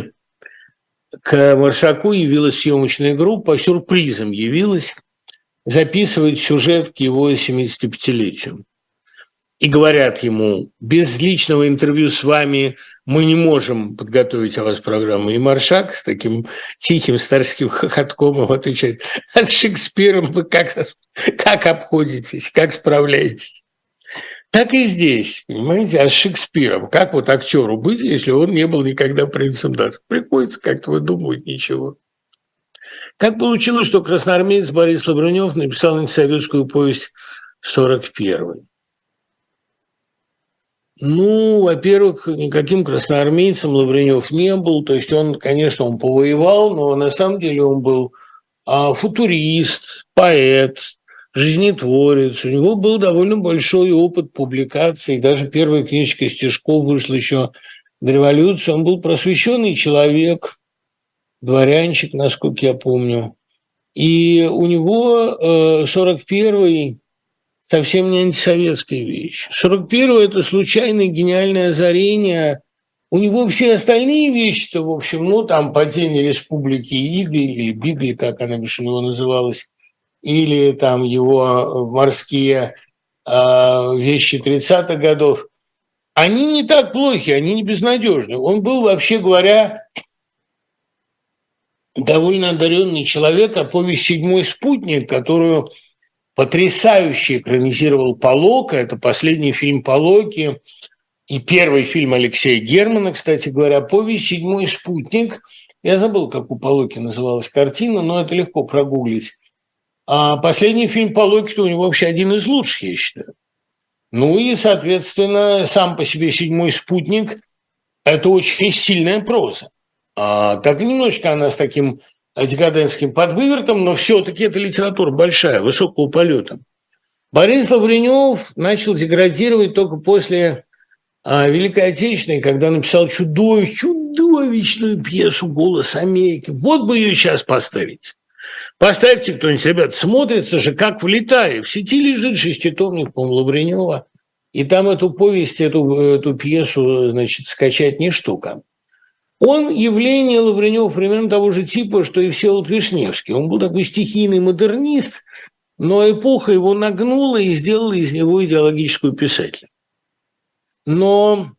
К Маршаку явилась съемочная группа, сюрпризом явилась, записывать сюжет к его семидесятипятилетию. И говорят ему, без личного интервью с вами мы не можем подготовить о вас программу. И Маршак с таким тихим старским хохотком отвечает, а с Шекспиром вы как, как обходитесь, как справляетесь? Так и здесь, понимаете, а с Шекспиром, как вот актеру быть, если он не был никогда принцем датским? Приходится как-то выдумывать ничего. Так получилось, что красноармеец Борис Лавренёв написал антисоветскую повесть сорок первый. Ну, во-первых, никаким красноармейцем Лавренёв не был, то есть он, конечно, он повоевал, но на самом деле он был а, футурист, поэт, жизнетворец. У него был довольно большой опыт публикаций. Даже первая книжка стишков вышла еще до революции. Он был просвещенный человек, дворянчик, насколько я помню. И у него сорок первый совсем не антисоветская вещь. сорок первый – это случайное гениальное озарение. У него все остальные вещи-то, в общем, ну, там «Падение республики Игли» или Бигли, как она бишь у него называлась, или там его морские э, вещи тридцатых годов, они не так плохи, они не безнадежны. Он был, вообще говоря, довольно одаренный человек, а повесть «Седьмой спутник», которую потрясающе экранизировал Полока, это последний фильм Полоки и первый фильм Алексея Германа, кстати говоря, повесть «Седьмой спутник». Я забыл, как у Полоки называлась картина, но это легко прогуглить. А последний фильм Полоки у него вообще один из лучших, я считаю. Ну и, соответственно, сам по себе «Седьмой спутник» – это очень сильная проза. А, так и немножечко она с таким декадентским подвывертом, но все-таки это литература большая, высокого полета. Борис Лавренёв начал деградировать только после а, Великой Отечественной, когда написал чудовищ, чудовищную пьесу «Голос Америки». Вот бы ее сейчас поставить. Поставьте кто-нибудь, ребят, смотрится же, как в Летае. В сети лежит шеститомник, по-моему, Лавренёва, и там эту повесть, эту, эту пьесу, значит, скачать не штука. Он явление Лавренёва примерно того же типа, что и Всеволод Вишневский. Он был такой стихийный модернист, но эпоха его нагнула и сделала из него идеологическую писателя. Но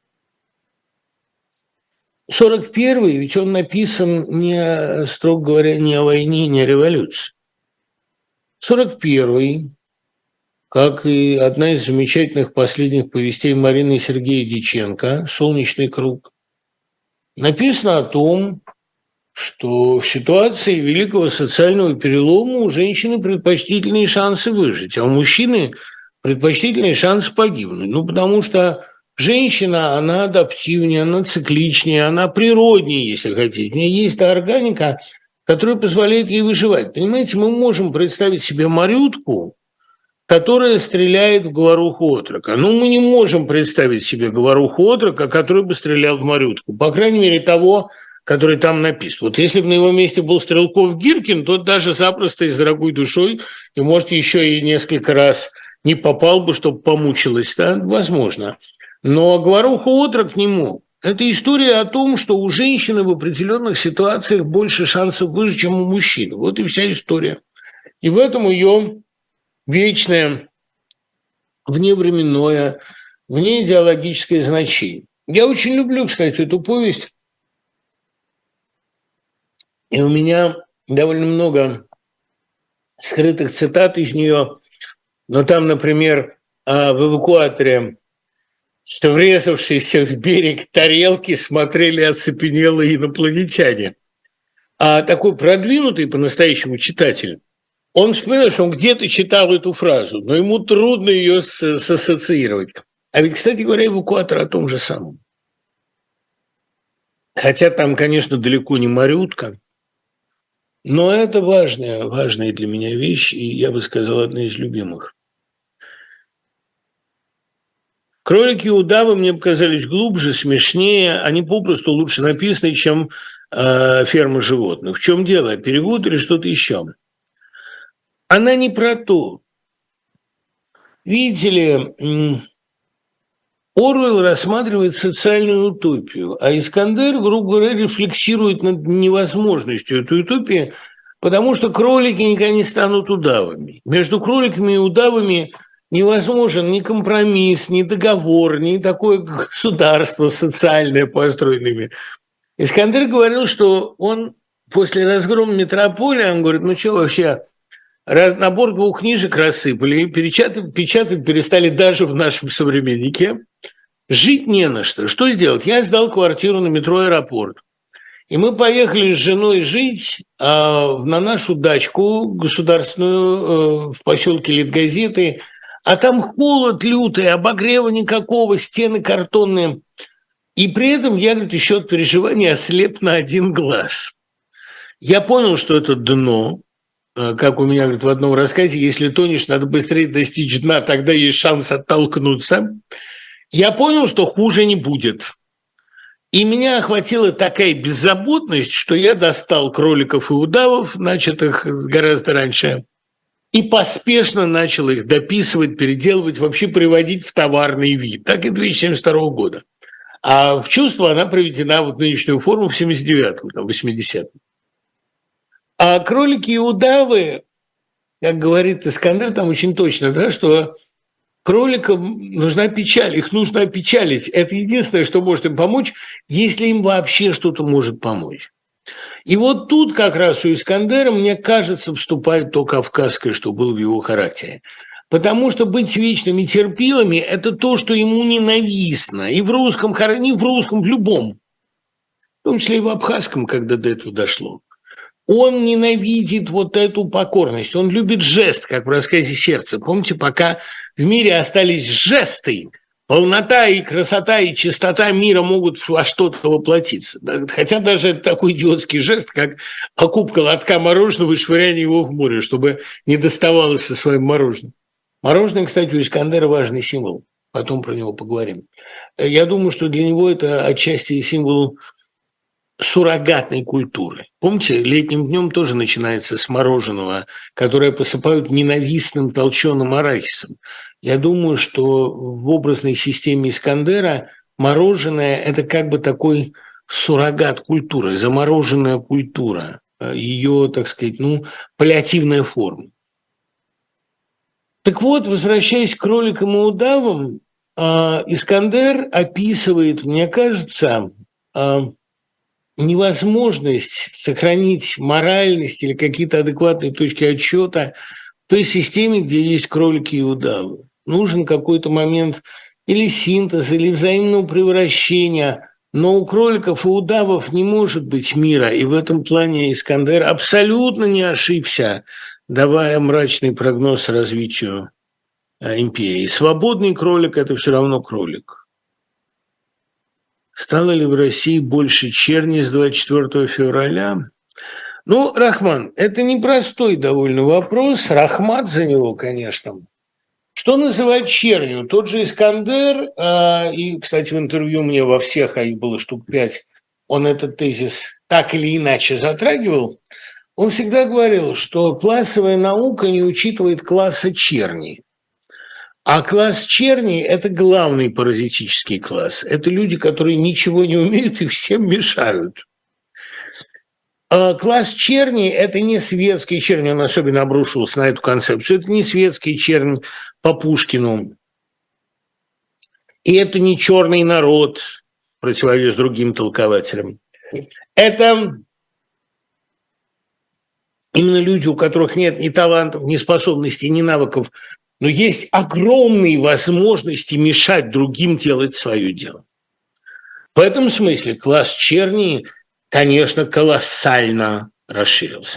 сорок первый, ведь он написан, не, строго говоря, не о войне, не о революции. сорок первый, как и одна из замечательных последних повестей Марины и Сергея Дьяченко «Солнечный круг», написано о том, что в ситуации великого социального перелома у женщины предпочтительные шансы выжить, а у мужчины предпочтительные шансы погибнуть. Ну, потому что женщина, она адаптивнее, она цикличнее, она природнее, если хотите. У нее есть та органика, которая позволяет ей выживать. Понимаете, мы можем представить себе Марютку, которая стреляет в говоруху отрока. Но мы не можем представить себе говоруху отрока, который бы стрелял в Марютку. По крайней мере, того, который там написан. Вот если бы на его месте был Стрелков-Гиркин, то даже запросто и с дорогой душой, и, может, еще и несколько раз не попал бы, чтобы помучилась. Да? Возможно. Но говоруху отрок не мог. Это история о том, что у женщины в определенных ситуациях больше шансов выжить, чем у мужчины. Вот и вся история. И в этом ее вечное, вневременное, внеидеологическое значение. Я очень люблю, кстати, эту повесть. И у меня довольно много скрытых цитат из нее. Но там, например, в эвакуаторе с врезавшейся в берег тарелки смотрели оцепенелые инопланетяне. А такой продвинутый по-настоящему читатель, он вспоминает, что он где-то читал эту фразу, но ему трудно ее сассоциировать. А ведь, кстати говоря, эвакуатор о том же самом. Хотя там, конечно, далеко не Марютка, но это важная, важная для меня вещь, и я бы сказал, одна из любимых. «Кролики и удавы» мне показались глубже, смешнее, они попросту лучше написаны, чем э, «Ферма животных». В чем дело? Перевод или что-то еще? Она не про то. Видите ли, Оруэлл рассматривает социальную утопию, а Искандер, грубо говоря, рефлексирует над невозможностью этой утопии, потому что кролики никогда не станут удавами. Между кроликами и удавами невозможен ни компромисс, ни договор, ни такое государство социальное, построенное. Искандер говорил, что он после разгрома метрополии, он говорит, ну что вообще, набор двух книжек рассыпали, печатать, печатать перестали даже в нашем современнике, жить не на что. Что сделать? Я сдал квартиру на метро «Аэропорт». И мы поехали с женой жить а, на нашу дачку государственную а, в поселке Литгазеты, а там холод лютый, обогрева никакого, стены картонные. И при этом я, говорит, еще от переживания ослеп на один глаз. Я понял, что это дно, как у меня, говорит, в одном рассказе, если тонешь, надо быстрее достичь дна, тогда есть шанс оттолкнуться. Я понял, что хуже не будет. И меня охватила такая беззаботность, что я достал кроликов и удавов, начатых гораздо раньше, и поспешно начал их дописывать, переделывать, вообще приводить в товарный вид. Так и две тысячи семьдесят второго года. А в чувство она приведена в нынешнюю форму в семьдесят девятом, там, восьмидесятом. А кролики и удавы, как говорит Искандер, там очень точно, да, что кроликам нужна печаль, их нужно опечалить. Это единственное, что может им помочь, если им вообще что-то может помочь. И вот тут как раз у Искандера, мне кажется, вступает то кавказское, что было в его характере. Потому что быть вечными терпилами – это то, что ему ненавистно. И в русском, не в русском, в любом. В том числе и в абхазском, когда до этого дошло. Он ненавидит вот эту покорность. Он любит жест, как в рассказе «Сердце». Помните, пока в мире остались жесты, полнота и красота и чистота мира могут во что-то воплотиться. Хотя даже это такой идиотский жест, как покупка лотка мороженого и швыряние его в море, чтобы не доставалось со своим мороженым. Мороженое, кстати, у Искандера важный символ. Потом про него поговорим. Я думаю, что для него это отчасти символ суррогатной культуры. Помните, летним днем тоже начинается с мороженого, которое посыпают ненавистным толченым арахисом. Я думаю, что в образной системе Искандера мороженое – это как бы такой суррогат культуры, замороженная культура, ее, так сказать, ну, паллиативная форма. Так вот, возвращаясь к кроликам и удавам, Искандер описывает, мне кажется, невозможность сохранить моральность или какие-то адекватные точки отсчета в той системе, где есть кролики и удавы. Нужен какой-то момент или синтез, или взаимного превращения, но у кроликов и удавов не может быть мира, и в этом плане Искандер абсолютно не ошибся, давая мрачный прогноз развитию империи. Свободный кролик – это все равно кролик. Стало ли в России больше черни с двадцать четвёртого февраля? Ну, Рахман, это непростой довольно вопрос. Рахмат за него, конечно. Что называть чернью? Тот же Искандер, э, и, кстати, в интервью мне во всех, а их было штук пять, он этот тезис так или иначе затрагивал. Он всегда говорил, что классовая наука не учитывает класса черни. А класс черни – это главный паразитический класс. Это люди, которые ничего не умеют и всем мешают. А класс черни – это не светские черни, он особенно обрушился на эту концепцию. Это не светские черни по Пушкину. И это не черный народ, противовес другим толкователям. Это именно люди, у которых нет ни талантов, ни способностей, ни навыков, но есть огромные возможности мешать другим делать свое дело. В этом смысле класс черни, конечно, колоссально расширился.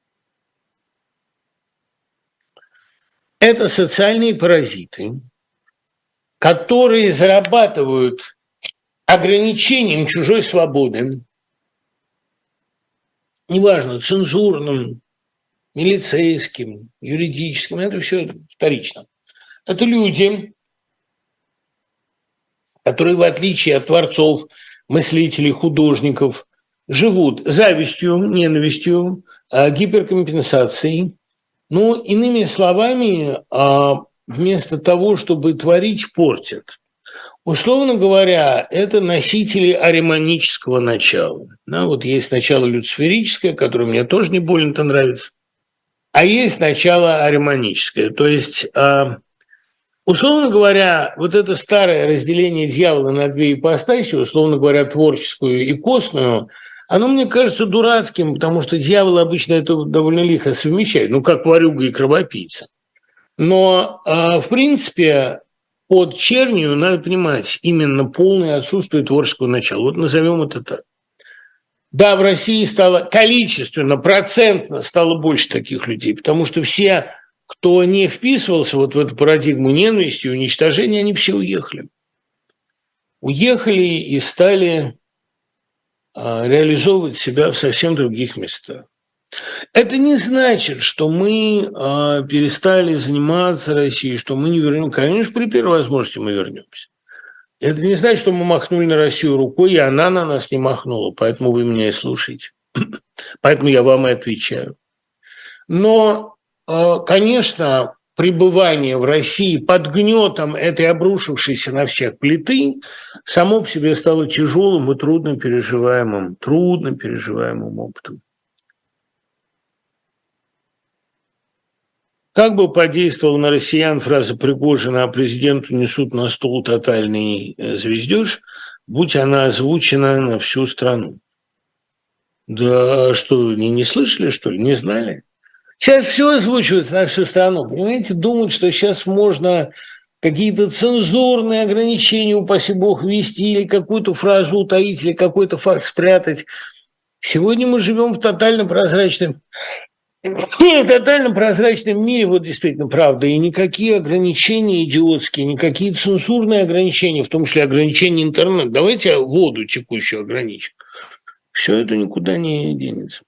Это социальные паразиты, которые зарабатывают ограничением чужой свободы, неважно, цензурным, милицейским, юридическим, это все вторично. Это люди, которые, в отличие от творцов, мыслителей, художников, живут завистью, ненавистью, гиперкомпенсацией. Ну, иными словами, вместо того, чтобы творить, портят. Условно говоря, это носители ариманического начала. Да, вот есть начало люциферическое, которое мне тоже не больно-то нравится, а есть начало ариманическое. То есть, условно говоря, вот это старое разделение дьявола на две ипостаси, условно говоря, творческую и костную, оно мне кажется дурацким, потому что дьявол обычно это довольно лихо совмещает, ну, как ворюга и кровопийца. Но, в принципе, под чернью надо понимать именно полное отсутствие творческого начала. Вот назовем это так. Да, в России стало количественно, процентно стало больше таких людей, потому что все, кто не вписывался вот в эту парадигму ненависти и уничтожения, они все уехали. Уехали и стали реализовывать себя в совсем других местах. Это не значит, что мы э, перестали заниматься Россией, что мы не вернем. Конечно, при первой возможности мы вернемся. Это не значит, что мы махнули на Россию рукой, и она на нас не махнула, поэтому вы меня и слушаете. Поэтому я вам и отвечаю. Но, э, конечно, пребывание в России под гнетом этой обрушившейся на всех плиты само по себе стало тяжелым и трудно переживаемым, трудно переживаемым опытом. Как бы подействовала на россиян фраза Пригожина, а президенту несут на стол тотальный звездеж, будь она озвучена на всю страну? Да что, не, не слышали, что ли, не знали? Сейчас все озвучивается на всю страну, понимаете, думают, что сейчас можно какие-то цензурные ограничения, упаси бог, ввести, или какую-то фразу утаить, или какой-то факт спрятать. Сегодня мы живем в тотально прозрачном В тотально прозрачном мире, вот действительно правда, и никакие ограничения идиотские, никакие цензурные ограничения, в том числе ограничения интернета, давайте воду текущую ограничим, все это никуда не денется.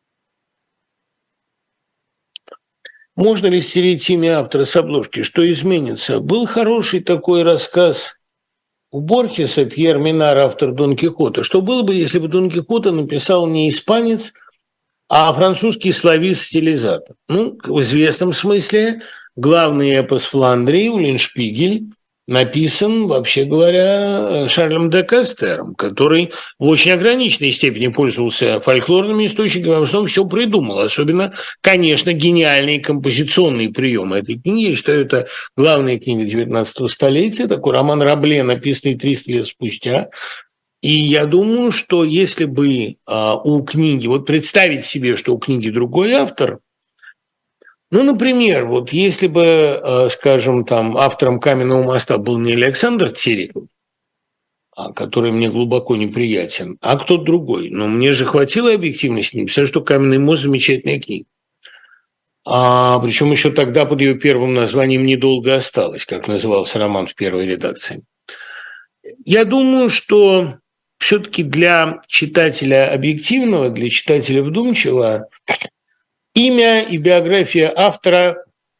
Можно ли стереть имя автора с обложки? Что изменится? Был хороший такой рассказ у Борхеса, Пьер Минар, автор Дон Кихота. Что было бы, если бы Дон Кихота написал не испанец, а французский славист-стилизатор? Ну, в известном смысле главный эпос Фландрии, Уллиншпигель, написан, вообще говоря, Шарлем де Кастером, который в очень ограниченной степени пользовался фольклорными источниками, а в основном все придумал. Особенно, конечно, гениальные композиционные приемы этой книги. Я считаю, это главная книга девятнадцатого столетия, такой роман Рабле, написанный триста лет спустя. И я думаю, что если бы а, у книги, вот представить себе, что у книги другой автор, ну, например, вот если бы, а, скажем, там автором «Каменного моста» был не Александр Терехов, а, который мне глубоко неприятен, а кто-то другой, но мне же хватило объективности написать, что «Каменный мост» – замечательная книга. А, причем еще тогда под ее первым названием «Недолго осталось», как назывался роман в первой редакции. Я думаю, что все-таки для читателя объективного, для читателя вдумчивого, имя и биография автора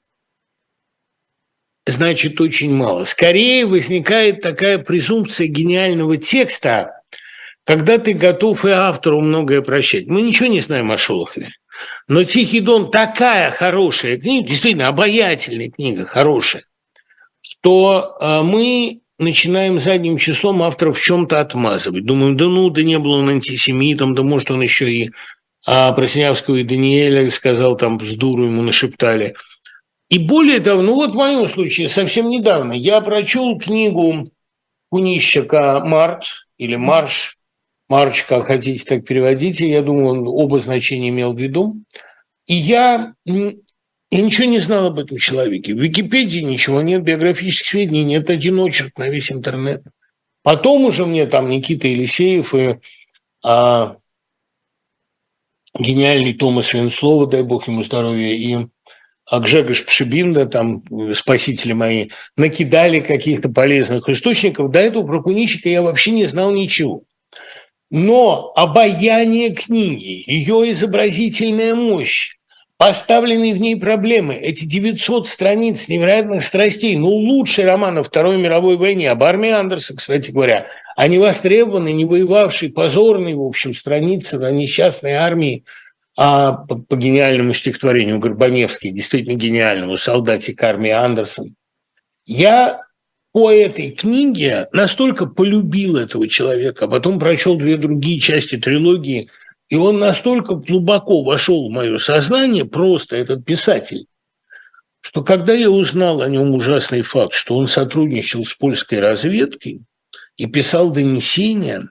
значит очень мало. Скорее возникает такая презумпция гениального текста, когда ты готов и автору многое прощать. Мы ничего не знаем о Шолохове, но «Тихий дон» такая хорошая книга, действительно обаятельная книга, хорошая, что мы начинаем задним числом авторов в чем-то отмазывать. Думаем, да ну, да не был он антисемитом, да может он еще и а, про Синявского и Даниэля сказал, там вздуру ему нашептали. И более того, ну вот в моем случае, совсем недавно, я прочел книгу Кунищика «Март» или «Марш», «Марч», как хотите, так переводите, я думаю, он оба значения имел в виду. И я, я ничего не знал об этом человеке. В Википедии ничего нет, биографических сведений нет, один очерк на весь интернет. Потом уже мне там Никита Елисеев и а, гениальный Томас Венслова, дай бог ему здоровья, и Гжегош Пшибинда, там, спасители мои, накидали каких-то полезных источников. До этого про Кунищика я вообще не знал ничего. Но обаяние книги, ее изобразительная мощь, поставленные в ней проблемы, эти девятьсот страниц невероятных страстей, ну, лучший роман о Второй мировой войне, об армии Андерса, кстати говоря, о невостребованной, не воевавшей, позорной, в общем, странице о несчастной армии, а по, по гениальному стихотворению Горбаневский, действительно гениальному солдатик армии Андерсон. Я по этой книге настолько полюбил этого человека, а потом прочел две другие части трилогии, и он настолько глубоко вошел в мое сознание, просто этот писатель, что когда я узнал о нем ужасный факт, что он сотрудничал с польской разведкой и писал донесения,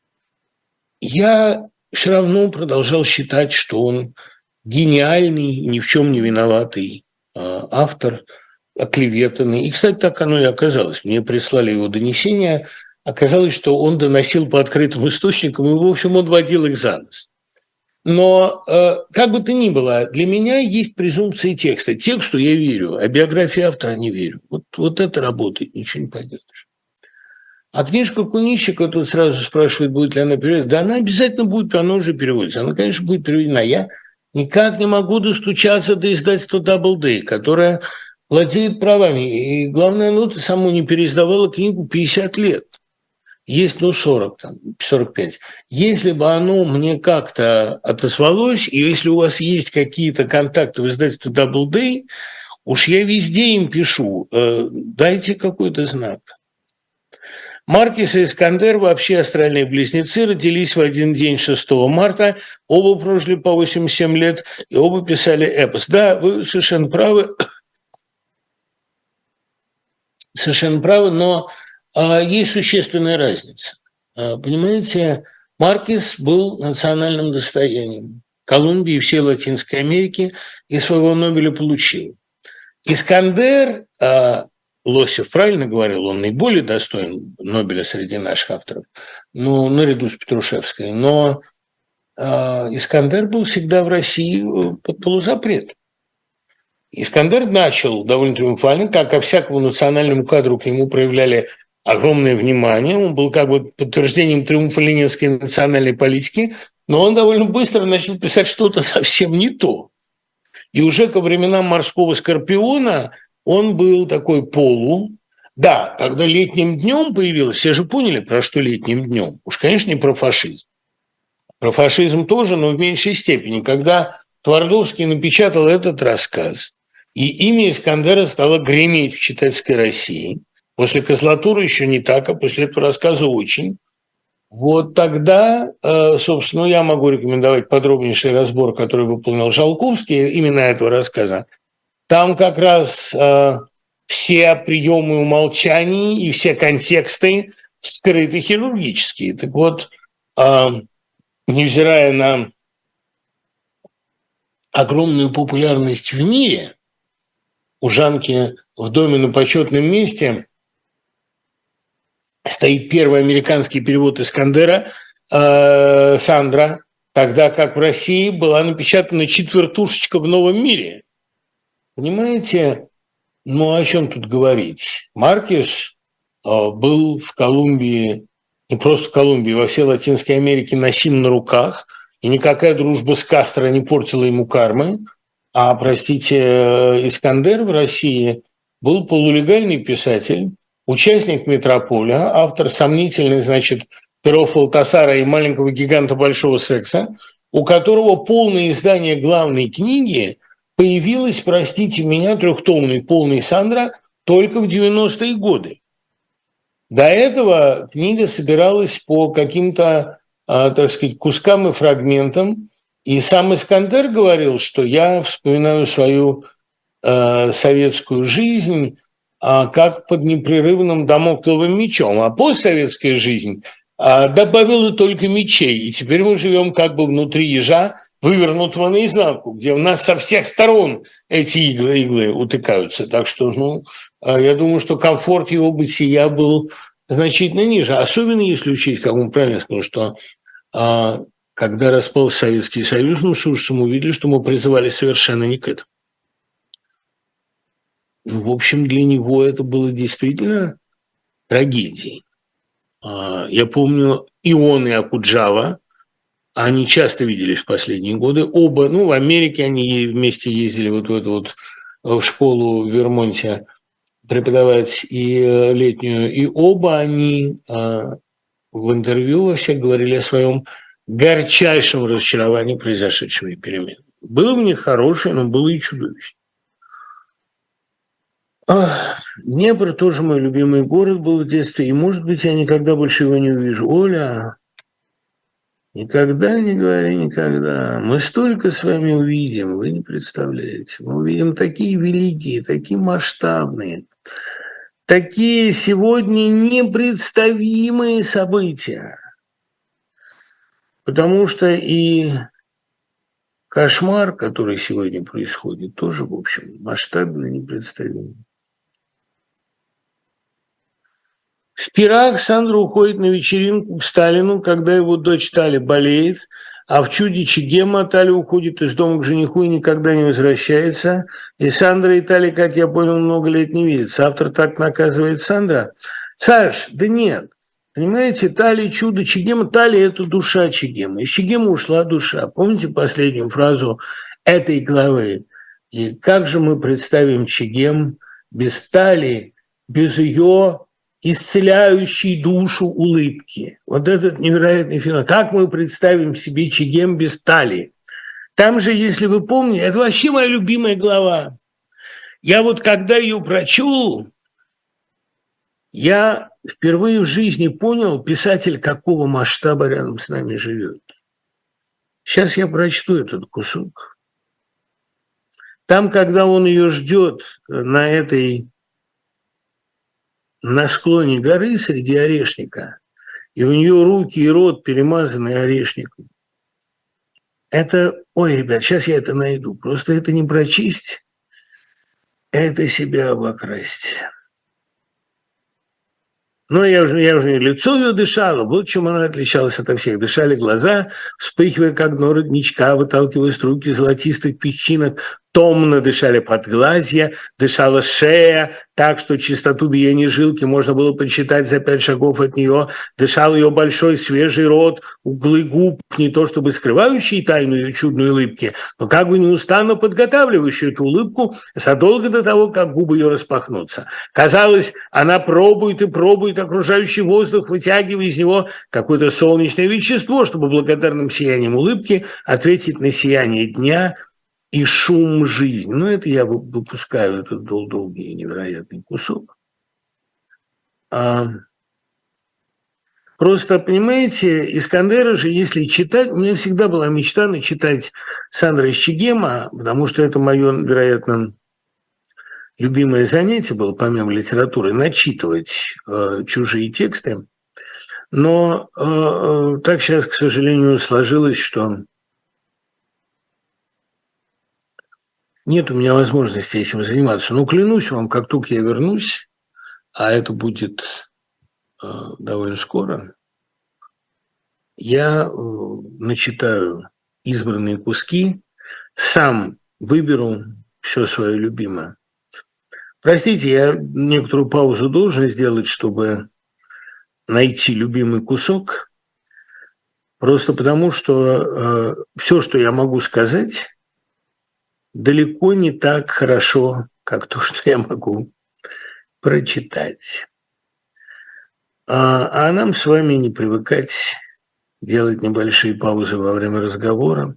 я все равно продолжал считать, что он гениальный, ни в чем не виноватый автор, оклеветанный. И, кстати, так оно и оказалось. Мне прислали его донесения. Оказалось, что он доносил по открытым источникам, и, в общем, он водил их за нос. Но, как бы то ни было, для меня есть презумпция текста. Тексту я верю, а биографии автора не верю. Вот, вот это работает, ничего не поделаешь. А книжка Кунищика, тут сразу спрашивают, будет ли она переведена. Да она обязательно будет, она уже переводится. Она, конечно, будет переведена. Я никак не могу достучаться до издательства Doubleday, которое владеет правами. И главное, ну, ты само не переиздавала книгу пятьдесят лет. Есть, ну, сорок, там, сорок пять. Если бы оно мне как-то отозвалось, и если у вас есть какие-то контакты в издательстве Doubleday, уж я везде им пишу, э, дайте какой-то знак. Маркес и Искандер, вообще астральные близнецы, родились в один день, шестого марта, оба прожили по восемьдесят семь лет, и оба писали эпос. Да, вы совершенно правы, совершенно правы, но а, есть существенная разница. А, понимаете, Маркес был национальным достоянием Колумбии и всей Латинской Америки, и своего Нобеля получил. Искандер... А, Лосев правильно говорил, он наиболее достоин Нобеля среди наших авторов, ну, наряду с Петрушевской. Но э, Искандер был всегда в России под полузапретом. Искандер начал довольно триумфально, как ко всякому национальному кадру к нему проявляли огромное внимание. Он был как бы подтверждением триумфа ленинской национальной политики, но он довольно быстро начал писать что-то совсем не то. И уже ко временам «Морского скорпиона» он был такой полу. Да, когда «Летним днем» появилось, все же поняли, про что «Летним днем». Уж, конечно, не про фашизм. Про фашизм тоже, но в меньшей степени. Когда Твардовский напечатал этот рассказ, и имя Искандера стало греметь в читательской России, после «Козлатуры» еще не так, а после этого рассказа очень, вот тогда, собственно, я могу рекомендовать подробнейший разбор, который выполнил Жалковский, именно этого рассказа. Там как раз э, все приемы умолчаний и все контексты скрыты хирургические. Так вот, э, невзирая на огромную популярность в мире, у Жанки в доме на почетном месте стоит первый американский перевод Искандера э, «Сандра», тогда как в России была напечатана четвертушечка в «Новом мире». Понимаете, ну о чем тут говорить? Маркес э, был в Колумбии, не просто в Колумбии, во всей Латинской Америке носим на руках, и никакая дружба с Кастро не портила ему кармы. А, простите, Искандер в России был полулегальный писатель, участник «Метрополя», автор сомнительных, значит, «Перо Фалтасара» и «Маленького гиганта большого секса», у которого полное издание главной книги появилась, простите меня, трехтомный полный Сандра только в девяностые годы. До этого книга собиралась по каким-то, так сказать, кускам и фрагментам. И сам Искандер говорил, что я вспоминаю свою э, советскую жизнь э, как под непрерывным дамокловым мечом, а постсоветская жизнь э, добавила только мечей. И теперь мы живем как бы внутри ежа, вывернутого наизнанку, где у нас со всех сторон эти иглы, иглы утыкаются. Так что, ну, я думаю, что комфорт его бытия был значительно ниже. Особенно если учесть, как он правильно сказал, что а, когда распался Советский Союз, мы с ужасом увидели, что мы призывали совершенно не к этому. В общем, для него это было действительно трагедией. А, я помню, и он, и Окуджава, они часто виделись в последние годы. Оба, ну, в Америке они вместе ездили вот в эту вот в школу в Вермонте преподавать и летнюю. И оба они а, в интервью во всех говорили о своем горчайшем разочаровании произошедшими переменами. Было в них хорошее, но было и чудовищное. Ах, Днепр тоже мой любимый город был в детстве, и, может быть, я никогда больше его не увижу. Оля... Никогда не говори никогда. Мы столько с вами увидим, вы не представляете. Мы увидим такие великие, такие масштабные, такие сегодня непредставимые события. Потому что и кошмар, который сегодня происходит, тоже, в общем, масштабно непредставимый. В Пирах Сандра уходит на вечеринку к Сталину, когда его дочь Таля болеет, а в «Чуде Чегема» Таля уходит из дома к жениху и никогда не возвращается. И Сандра и Таля, как я понял, много лет не видятся. Автор так наказывает Сандра. Саш, да нет. Понимаете, Таля, «Чудо Чегема», Таля – это душа Чегема. Из Чегема ушла душа. Помните последнюю фразу этой главы? И как же мы представим Чегем без Тали, без ее исцеляющей душу улыбки. Вот этот невероятный феномен. Как мы представим себе Чегем без Тали? Там же, если вы помните, это вообще моя любимая глава. Я вот когда ее прочел, я впервые в жизни понял, писатель какого масштаба рядом с нами живет. Сейчас я прочту этот кусок. Там, когда он ее ждет на этой на склоне горы среди орешника, и у нее руки и рот перемазаны орешником. Это, ой, ребят, сейчас я это найду. Просто это не прочесть, это себя обокрасть. Но я уже, я уже лицо ее дышало, вот чем она отличалась от всех. Дышали глаза, вспыхивая, как дно родничка, выталкивая струйки золотистых песчинок. Томно дышали подглазья, дышала шея, так что частоту биения жилки можно было подсчитать за пять шагов от нее. Дышал ее большой свежий рот, углы губ, не то чтобы скрывающие тайну ее чудной улыбки, но как бы неустанно подготавливающую эту улыбку задолго до того, как губы ее распахнутся. Казалось, она пробует и пробует окружающий воздух, вытягивая из него какое-то солнечное вещество, чтобы благодарным сиянием улыбки ответить на сияние дня и шум жизни. Ну, это я выпускаю этот дол- долгий и невероятный кусок. А, просто, понимаете, Искандера же, если читать, у меня всегда была мечта начитать Сандра из Чегема, потому что это мое, вероятно, любимое занятие было, помимо литературы, начитывать э, чужие тексты. Но э, так сейчас, к сожалению, сложилось, что нет у меня возможности этим заниматься. Но клянусь вам, как только я вернусь, а это будет э, довольно скоро, я э, начитаю избранные куски, сам выберу все свое любимое. Простите, я некоторую паузу должен сделать, чтобы найти любимый кусок, просто потому что э, все, что я могу сказать, далеко не так хорошо, как то, что я могу прочитать. А, а нам с вами не привыкать делать небольшие паузы во время разговора.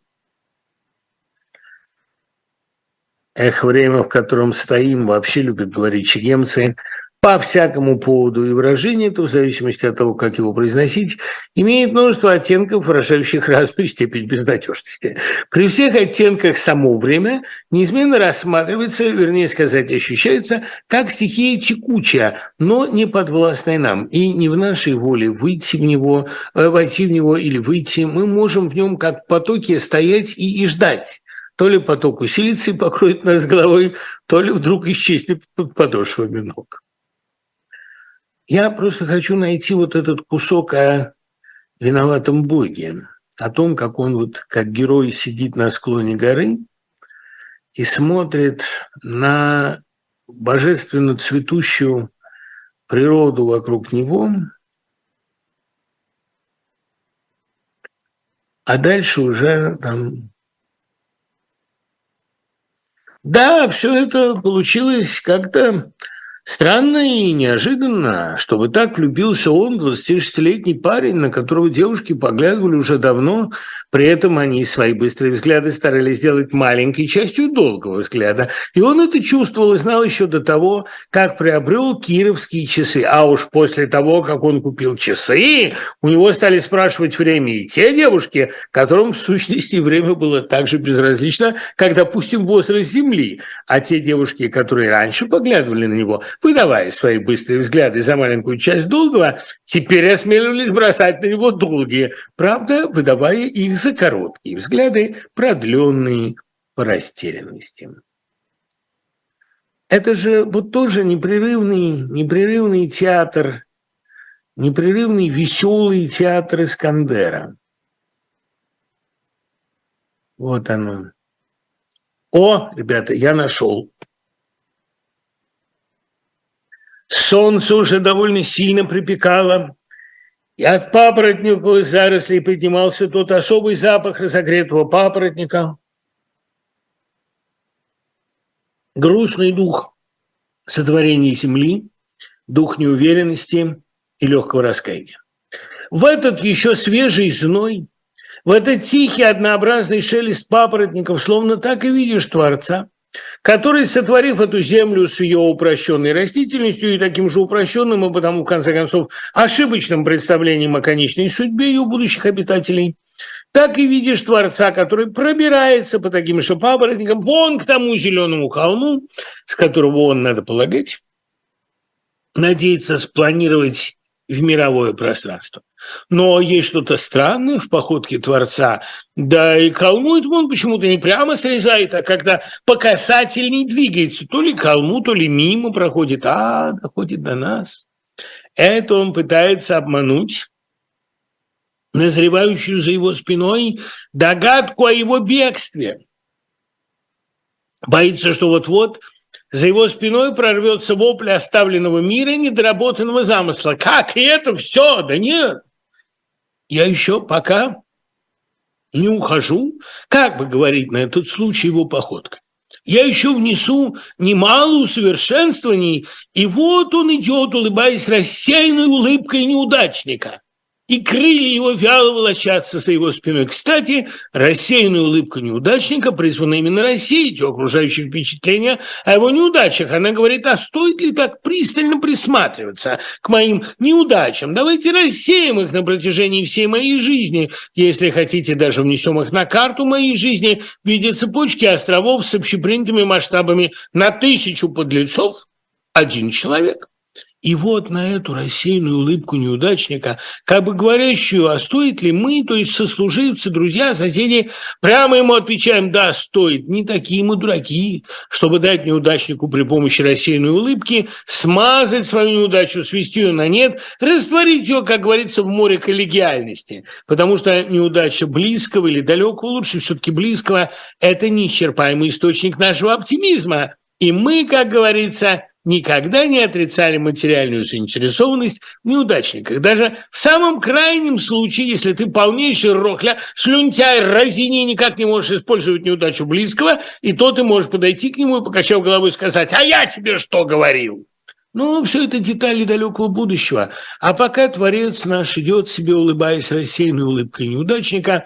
Эх, время, в котором стоим, вообще любят говорить чегемцы, по всякому поводу и выражению, то в зависимости от того, как его произносить, имеет множество оттенков, выражающих разную степень безнадежности. При всех оттенках само время неизменно рассматривается, вернее сказать, ощущается, как стихия текучая, но не подвластная нам, и не в нашей воле выйти в него, войти в него или выйти. Мы можем в нем, как в потоке, стоять и, и ждать. То ли поток усилится и покроет нас головой, то ли вдруг исчезнет под подошвами ног. Я просто хочу найти вот этот кусок о виноватом Боге, о том, как он вот как герой сидит на склоне горы и смотрит на божественно цветущую природу вокруг него, а дальше уже там... Да, все это получилось как-то странно и неожиданно, чтобы так влюбился он, двадцатишестилетний парень, на которого девушки поглядывали уже давно, при этом они свои быстрые взгляды старались сделать маленькой частью долгого взгляда. И он это чувствовал и знал еще до того, как приобрел кировские часы. А уж после того, как он купил часы, у него стали спрашивать время и те девушки, которым в сущности время было так же безразлично, как, допустим, возраст Земли. А те девушки, которые раньше поглядывали на него, выдавая свои быстрые взгляды за маленькую часть долгого, теперь осмеливались бросать на него долгие, правда, выдавая их за короткие взгляды, продленные по растерянности. Это же вот тоже непрерывный, непрерывный театр, непрерывный веселый театр Искандера. Вот оно. О, ребята, я нашел. Солнце уже довольно сильно припекало, и от папоротниковых зарослей поднимался тот особый запах разогретого папоротника. Грустный дух сотворения земли, дух неуверенности и легкого раскаяния. В этот еще свежий зной, в этот тихий однообразный шелест папоротников, словно так и видишь Творца, который, сотворив эту землю с ее упрощенной растительностью и таким же упрощенным, и потому, в конце концов, ошибочным представлением о конечной судьбе ее будущих обитателей, так и видишь Творца, который пробирается по таким же папоротникам вон к тому зеленому холму, с которого он, надо полагать, надеется спланировать в мировое пространство. Но есть что-то странное в походке Творца, да и к холму этому он почему-то не прямо срезает, а когда по касательной двигается, то ли к холму, то ли мимо проходит, а доходит до нас. Это он пытается обмануть назревающую за его спиной догадку о его бегстве. Боится, что вот-вот за его спиной прорвется вопль оставленного мира и недоработанного замысла. Как и это все? Да нет. Я еще пока не ухожу, как бы говорить на этот случай его походка. Я еще внесу немало усовершенствований, и вот он идет, улыбаясь рассеянной улыбкой неудачника. И крылья его вяло волочатся за его спиной. Кстати, рассеянная улыбка неудачника призвана именно рассеять у окружающих впечатления о его неудачах. Она говорит, а стоит ли так пристально присматриваться к моим неудачам? Давайте рассеем их на протяжении всей моей жизни. Если хотите, даже внесем их на карту моей жизни в виде цепочки островов с общепринятыми масштабами на тысячу подлецов один человек. И вот на эту рассеянную улыбку неудачника, как бы говорящую, а стоит ли мы, то есть сослуживцы, друзья, соседи, прямо ему отвечаем, да, стоит. Не такие мы дураки, чтобы дать неудачнику при помощи рассеянной улыбки смазать свою неудачу, свести ее на нет, растворить ее, как говорится, в море коллегиальности. Потому что неудача близкого или далекого, лучше все-таки близкого, это неисчерпаемый источник нашего оптимизма. И мы, как говорится, никогда не отрицали материальную заинтересованность в неудачниках. Даже в самом крайнем случае, если ты полнейший рохля, слюнтяй, разини, никак не можешь использовать неудачу близкого, и то ты можешь подойти к нему и, покачав головой, сказать, а я тебе что говорил? Ну, все это детали далекого будущего. А пока Творец наш идет себе, улыбаясь рассеянной улыбкой неудачника,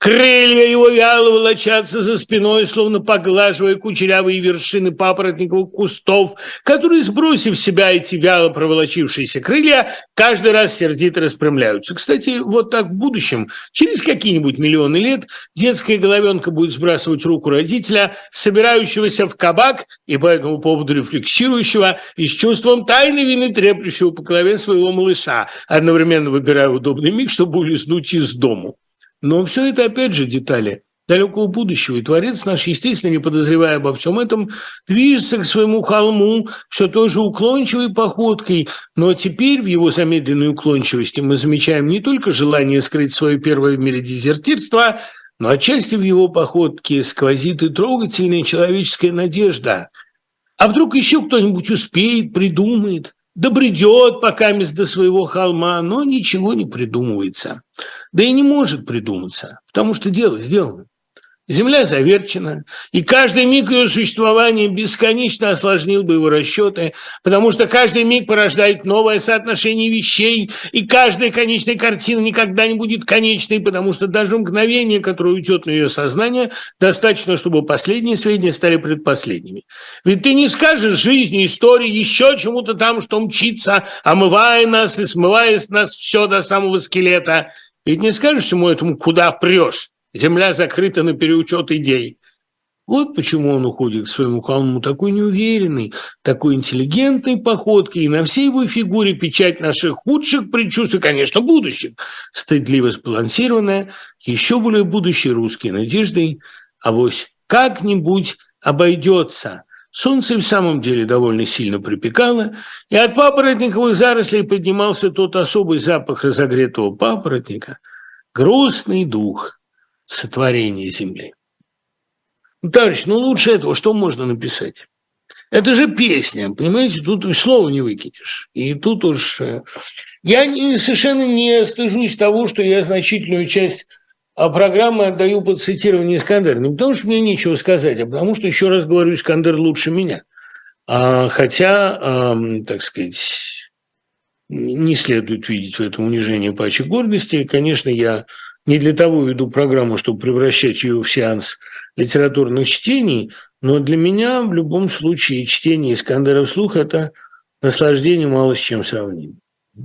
Крылья его вяло волочатся за спиной, словно поглаживая кучерявые вершины папоротниковых кустов, которые, сбросив с себя эти вяло проволочившиеся крылья, каждый раз сердито распрямляются. Кстати, вот так в будущем, через какие-нибудь миллионы лет, детская головенка будет сбрасывать руку родителя, собирающегося в кабак и по этому поводу рефлексирующего и с чувством тайной вины треплющего по голове своего малыша, одновременно выбирая удобный миг, чтобы улизнуть из дому. Но все это, опять же, детали далекого будущего, и Творец наш, естественно, не подозревая обо всем этом, движется к своему холму все той же уклончивой походкой, но теперь в его замедленной уклончивости мы замечаем не только желание скрыть свое первое в мире дезертирство, но отчасти в его походке сквозит и трогательная человеческая надежда. А вдруг еще кто-нибудь успеет, придумает, добредет пока мест до своего холма, но ничего не придумывается. Да и не может придуматься, потому что дело сделано. Земля заверчена, и каждый миг ее существования бесконечно осложнил бы его расчеты, потому что каждый миг порождает новое соотношение вещей, и каждая конечная картина никогда не будет конечной, потому что даже мгновение, которое уйдет на ее сознание, достаточно, чтобы последние сведения стали предпоследними. Ведь ты не скажешь жизни, истории, еще чему-то там, что мчится, омывая нас и смывая с нас все до самого скелета. Ведь не скажешь всему этому, куда прешь. Земля закрыта на переучет идей. Вот почему он уходит к своему холму такой неуверенный, такой интеллигентной походкой, и на всей его фигуре печать наших худших предчувствий, конечно, будущих, стыдливо сбалансированная, еще более будущей русской надеждой, авось как-нибудь обойдется. Солнце в самом деле довольно сильно припекало, и от папоротниковых зарослей поднимался тот особый запах разогретого папоротника, грустный дух сотворения земли. Ну, товарищ, ну лучше этого что можно написать? Это же песня, понимаете, тут слова не выкинешь. И тут уж... Я не, совершенно не стыжусь того, что я значительную часть программы отдаю под цитирование Искандера. Не потому что мне нечего сказать, а потому что, еще раз говорю, Искандер лучше меня. А, хотя, а, так сказать, не следует видеть в этом унижение пачи гордости. Конечно, я... Не для того веду программу, чтобы превращать ее в сеанс литературных чтений, но для меня в любом случае чтение Искандера вслух – это наслаждение мало с чем сравнимо.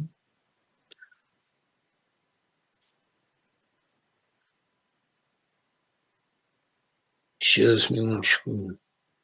Сейчас, минуточку.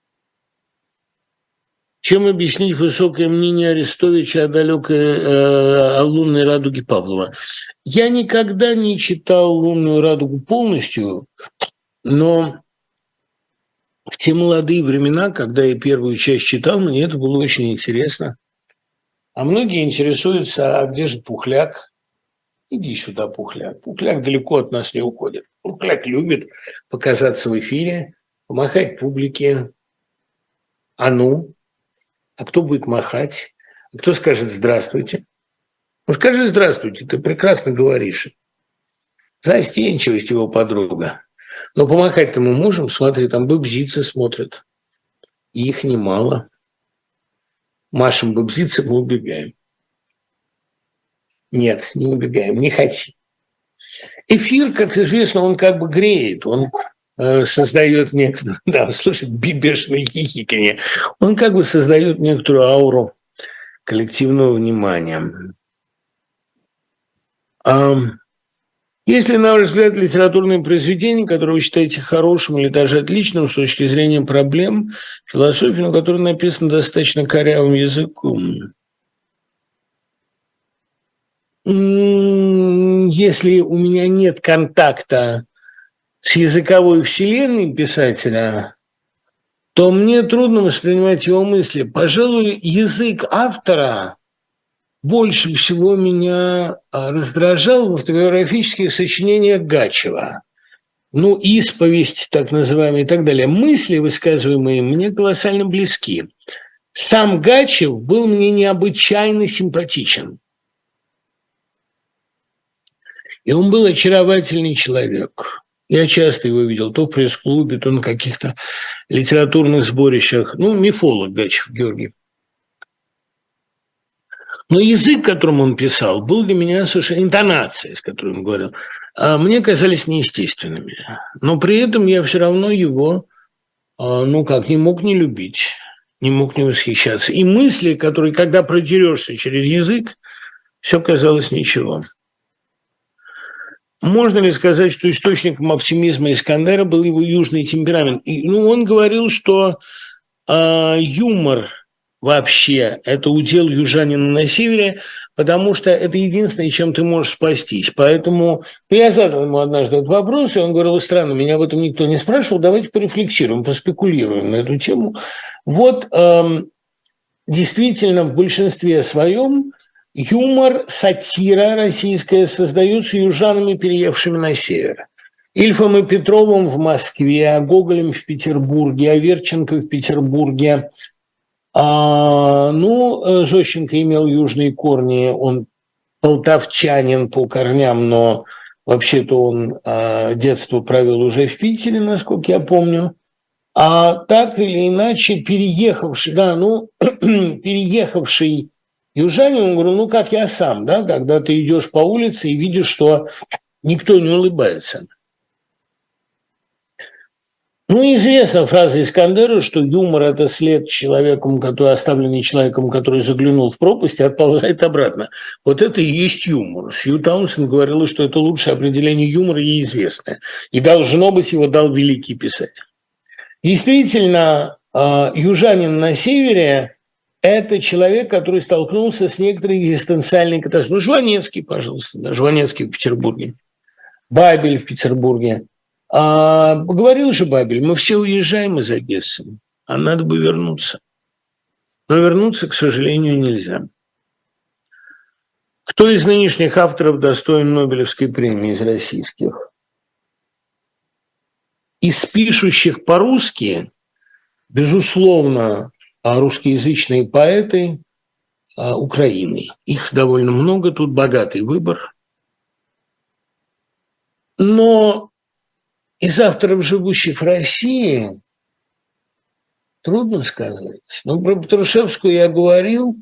Чем объяснить высокое мнение Арестовича о далекой, э, о лунной радуге Павлова? Я никогда не читал «Лунную радугу» полностью, но в те молодые времена, когда я первую часть читал, мне это было очень интересно. А многие интересуются, а где же Пухляк? Иди сюда, Пухляк. Пухляк далеко от нас не уходит. Пухляк любит показаться в эфире, помахать публике. А ну? А кто будет махать? А кто скажет «здравствуйте»? Ну, скажи «здравствуйте», ты прекрасно говоришь. Застенчивость его подруга. Но помахать-то мы можем, смотри, там быбзицы смотрят. И их немало. Машем быбзицы, мы убегаем. Нет, не убегаем, не хотим. Эфир, как известно, он как бы греет, он э, создает некоторую... Да, слушай, бешеное хихиканье. Он как бы создает некоторую ауру коллективного внимания. А если, на ваш взгляд, литературное произведение, которое вы считаете хорошим или даже отличным с точки зрения проблем, философию, которое написано достаточно корявым языком, если у меня нет контакта с языковой вселенной писателя, то мне трудно воспринимать его мысли. Пожалуй, язык автора больше всего меня раздражал в автобиографических сочинениях Гачева. Ну, исповесть, так называемая, и так далее. Мысли, высказываемые, мне колоссально близки. Сам Гачев был мне необычайно симпатичен. И он был очаровательный человек. Я часто его видел то в пресс-клубе, то на каких-то литературных сборищах. Ну, мифолог Гачев Георгий. Но язык, которым он писал, был для меня совершенно... Интонация, с которой он говорил. мне казались неестественными. Но при этом я все равно его, ну как, не мог не любить, не мог не восхищаться. И мысли, которые, когда продерешься через язык, все казалось ничего. Можно ли сказать, что источником оптимизма Искандера был его южный темперамент? И, ну, он говорил, что э, юмор вообще – это удел южанина на севере, потому что это единственное, чем ты можешь спастись. Поэтому я задал ему однажды этот вопрос, и он говорил: странно, меня об этом никто не спрашивал, давайте порефлексируем, поспекулируем на эту тему. Вот э, действительно в большинстве своем юмор, сатира российская создаются южанами, переехавшими на север. Ильфом и Петровым в Москве, Гоголем в Петербурге, Аверченко в Петербурге. А, ну, Зощенко имел южные корни, он полтавчанин по корням, но вообще-то он а, детство провел уже в Питере, насколько я помню. А так или иначе, переехавший, да, ну, переехавший южанин, он говорил, ну, как я сам, да, когда ты идешь по улице и видишь, что никто не улыбается. Ну, известна фраза Искандера, что юмор – это след человеком, который, оставленный человеком, который заглянул в пропасть и отползает обратно. Вот это и есть юмор. Сью Таунсенд говорила, что это лучшее определение юмора, ей известное. И должно быть, его дал великий писатель. Действительно, южанин на севере – это человек, который столкнулся с некоторой экзистенциальной катастрофой. Ну, Жванецкий, пожалуйста, да, Жванецкий в Петербурге, Бабель в Петербурге. А, говорил же Бабель, мы все уезжаем из Одессы, а надо бы вернуться. Но вернуться, к сожалению, нельзя. Кто из нынешних авторов достоин Нобелевской премии из российских? Из пишущих по-русски, безусловно, русскоязычные поэты Украины. Их довольно много, тут богатый выбор. Но из авторов, живущих в России, трудно сказать. Ну, про Петрушевскую я говорил.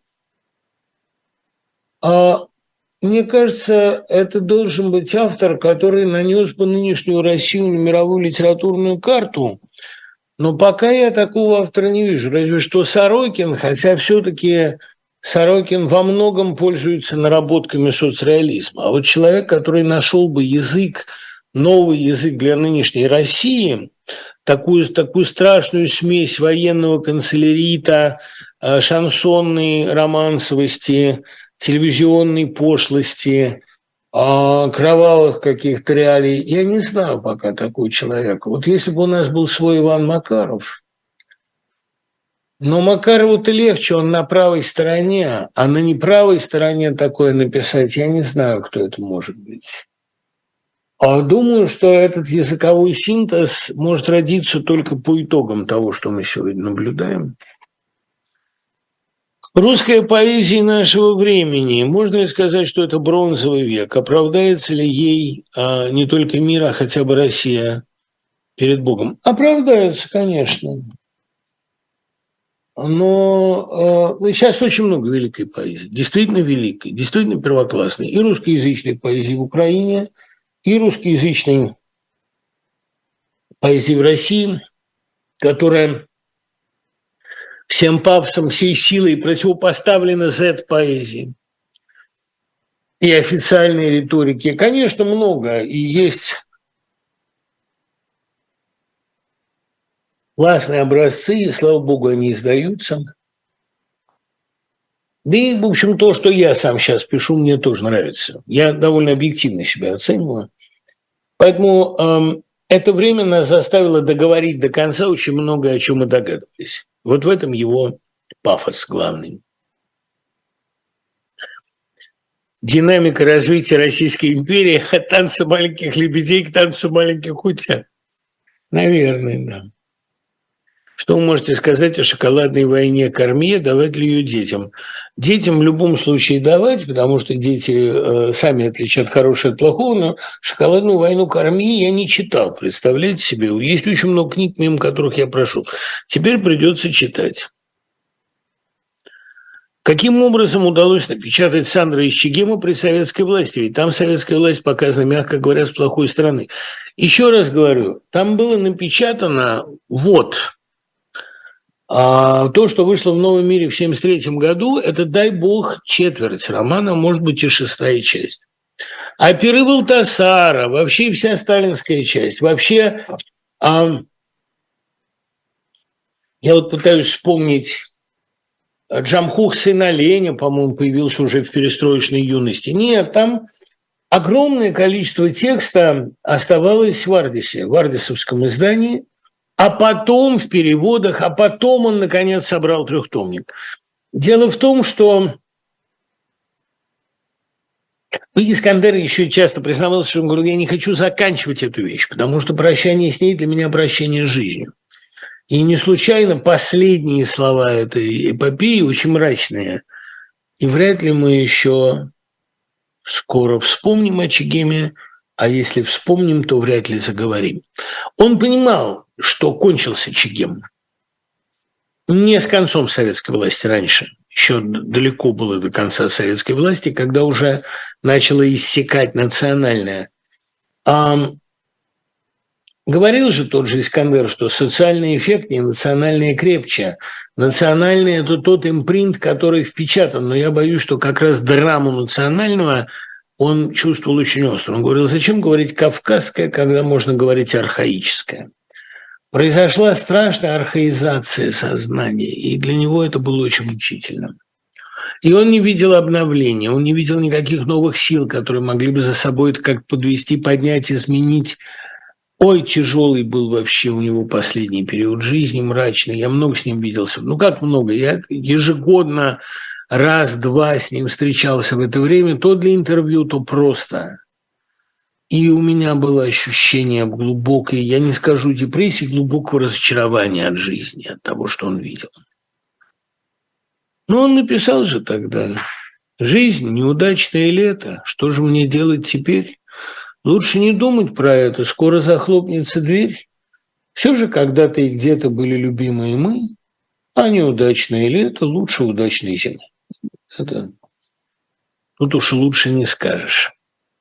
А мне кажется, это должен быть автор, который нанес бы нынешнюю Россию на мировую литературную карту. Но пока я такого автора не вижу. Разве что Сорокин, хотя все-таки Сорокин во многом пользуется наработками соцреализма. А вот человек, который нашел бы язык, новый язык для нынешней России, такую, такую страшную смесь военного канцелярита, шансонной романсовости, телевизионной пошлости, кровавых каких-то реалий. Я не знаю пока такого человека. Вот если бы у нас был свой Иван Макаров, но Макарову-то легче, он на правой стороне, а на неправой стороне такое написать, я не знаю, кто это может быть. А думаю, что этот языковой синтез может родиться только по итогам того, что мы сегодня наблюдаем. Русская поэзия нашего времени. Можно ли сказать, что это бронзовый век? Оправдается ли ей а, не только мир, а хотя бы Россия перед Богом? Оправдается, конечно. Но а, сейчас очень много великой поэзии. Действительно великой, действительно первоклассной. И русскоязычной поэзии в Украине, и русскоязычной поэзии в России, которая всем пафосом, всей силой противопоставлена Z-поэзии и официальной риторике. Конечно, много, и есть классные образцы, и, слава богу, они издаются. Да и, в общем, то, что я сам сейчас пишу, мне тоже нравится. Я довольно объективно себя оцениваю. Поэтому эм, это время нас заставило договорить до конца очень много, о чем мы догадывались. Вот в этом его пафос главный. Динамика развития Российской империи от танца маленьких лебедей к танцу маленьких утят. Наверное, да. Что вы можете сказать о шоколадной войне Кормье, давать ли ее детям? Детям в любом случае давать, потому что дети э, сами отличат хорошее от плохого, но шоколадную войну Кормье я не читал, представляете себе? Есть очень много книг, мимо которых я прошел. Теперь придется читать. Каким образом удалось напечатать Сандра из Чегема при советской власти? Ведь там советская власть показана, мягко говоря, с плохой стороны. Еще раз говорю, там было напечатано вот а, то, что вышло в «Новом мире» в семьдесят третьем году, это, дай бог, четверть романа, может быть, и шестая часть. А «Пиры Валтасара», вообще вся сталинская часть, вообще а, я вот пытаюсь вспомнить. Джамхух, сын оленя, по-моему, появился уже в перестроечной юности. Нет, там огромное количество текста оставалось в Ардисе, в ардисовском издании, а потом в переводах, а потом он, наконец, собрал трехтомник. Дело в том, что Искандер еще часто признавался, что он говорит, я не хочу заканчивать эту вещь, потому что прощание с ней для меня прощание с жизнью. И не случайно последние слова этой эпопеи очень мрачные. И вряд ли мы еще скоро вспомним о Чегеме, а если вспомним, то вряд ли заговорим. Он понимал, что кончился Чегем. Не с концом советской власти раньше. Еще далеко было до конца советской власти, когда уже начало иссякать национальное. А говорил же тот же Искандер, что социальный эффект не национальное крепче. Национальный – это тот импринт, который впечатан. Но я боюсь, что как раз драму национального он чувствовал очень остро. Он говорил, зачем говорить «кавказское», когда можно говорить «архаическое». Произошла страшная архаизация сознания, и для него это было очень мучительно. И он не видел обновления, он не видел никаких новых сил, которые могли бы за собой это как подвести, поднять, изменить. Ой, тяжелый был вообще у него последний период жизни, мрачный. Я много с ним виделся. Ну, как много? Я ежегодно раз-два с ним встречался в это время, то для интервью, то просто. И у меня было ощущение глубокой, я не скажу депрессии, глубокого разочарования от жизни, от того, что он видел. Но он написал же тогда: «Жизнь – неудачное лето. Что же мне делать теперь? Лучше не думать про это, скоро захлопнется дверь. Все же когда-то и где-то были любимые мы, а неудачное лето лучше удачной зимы». Это тут уж лучше не скажешь.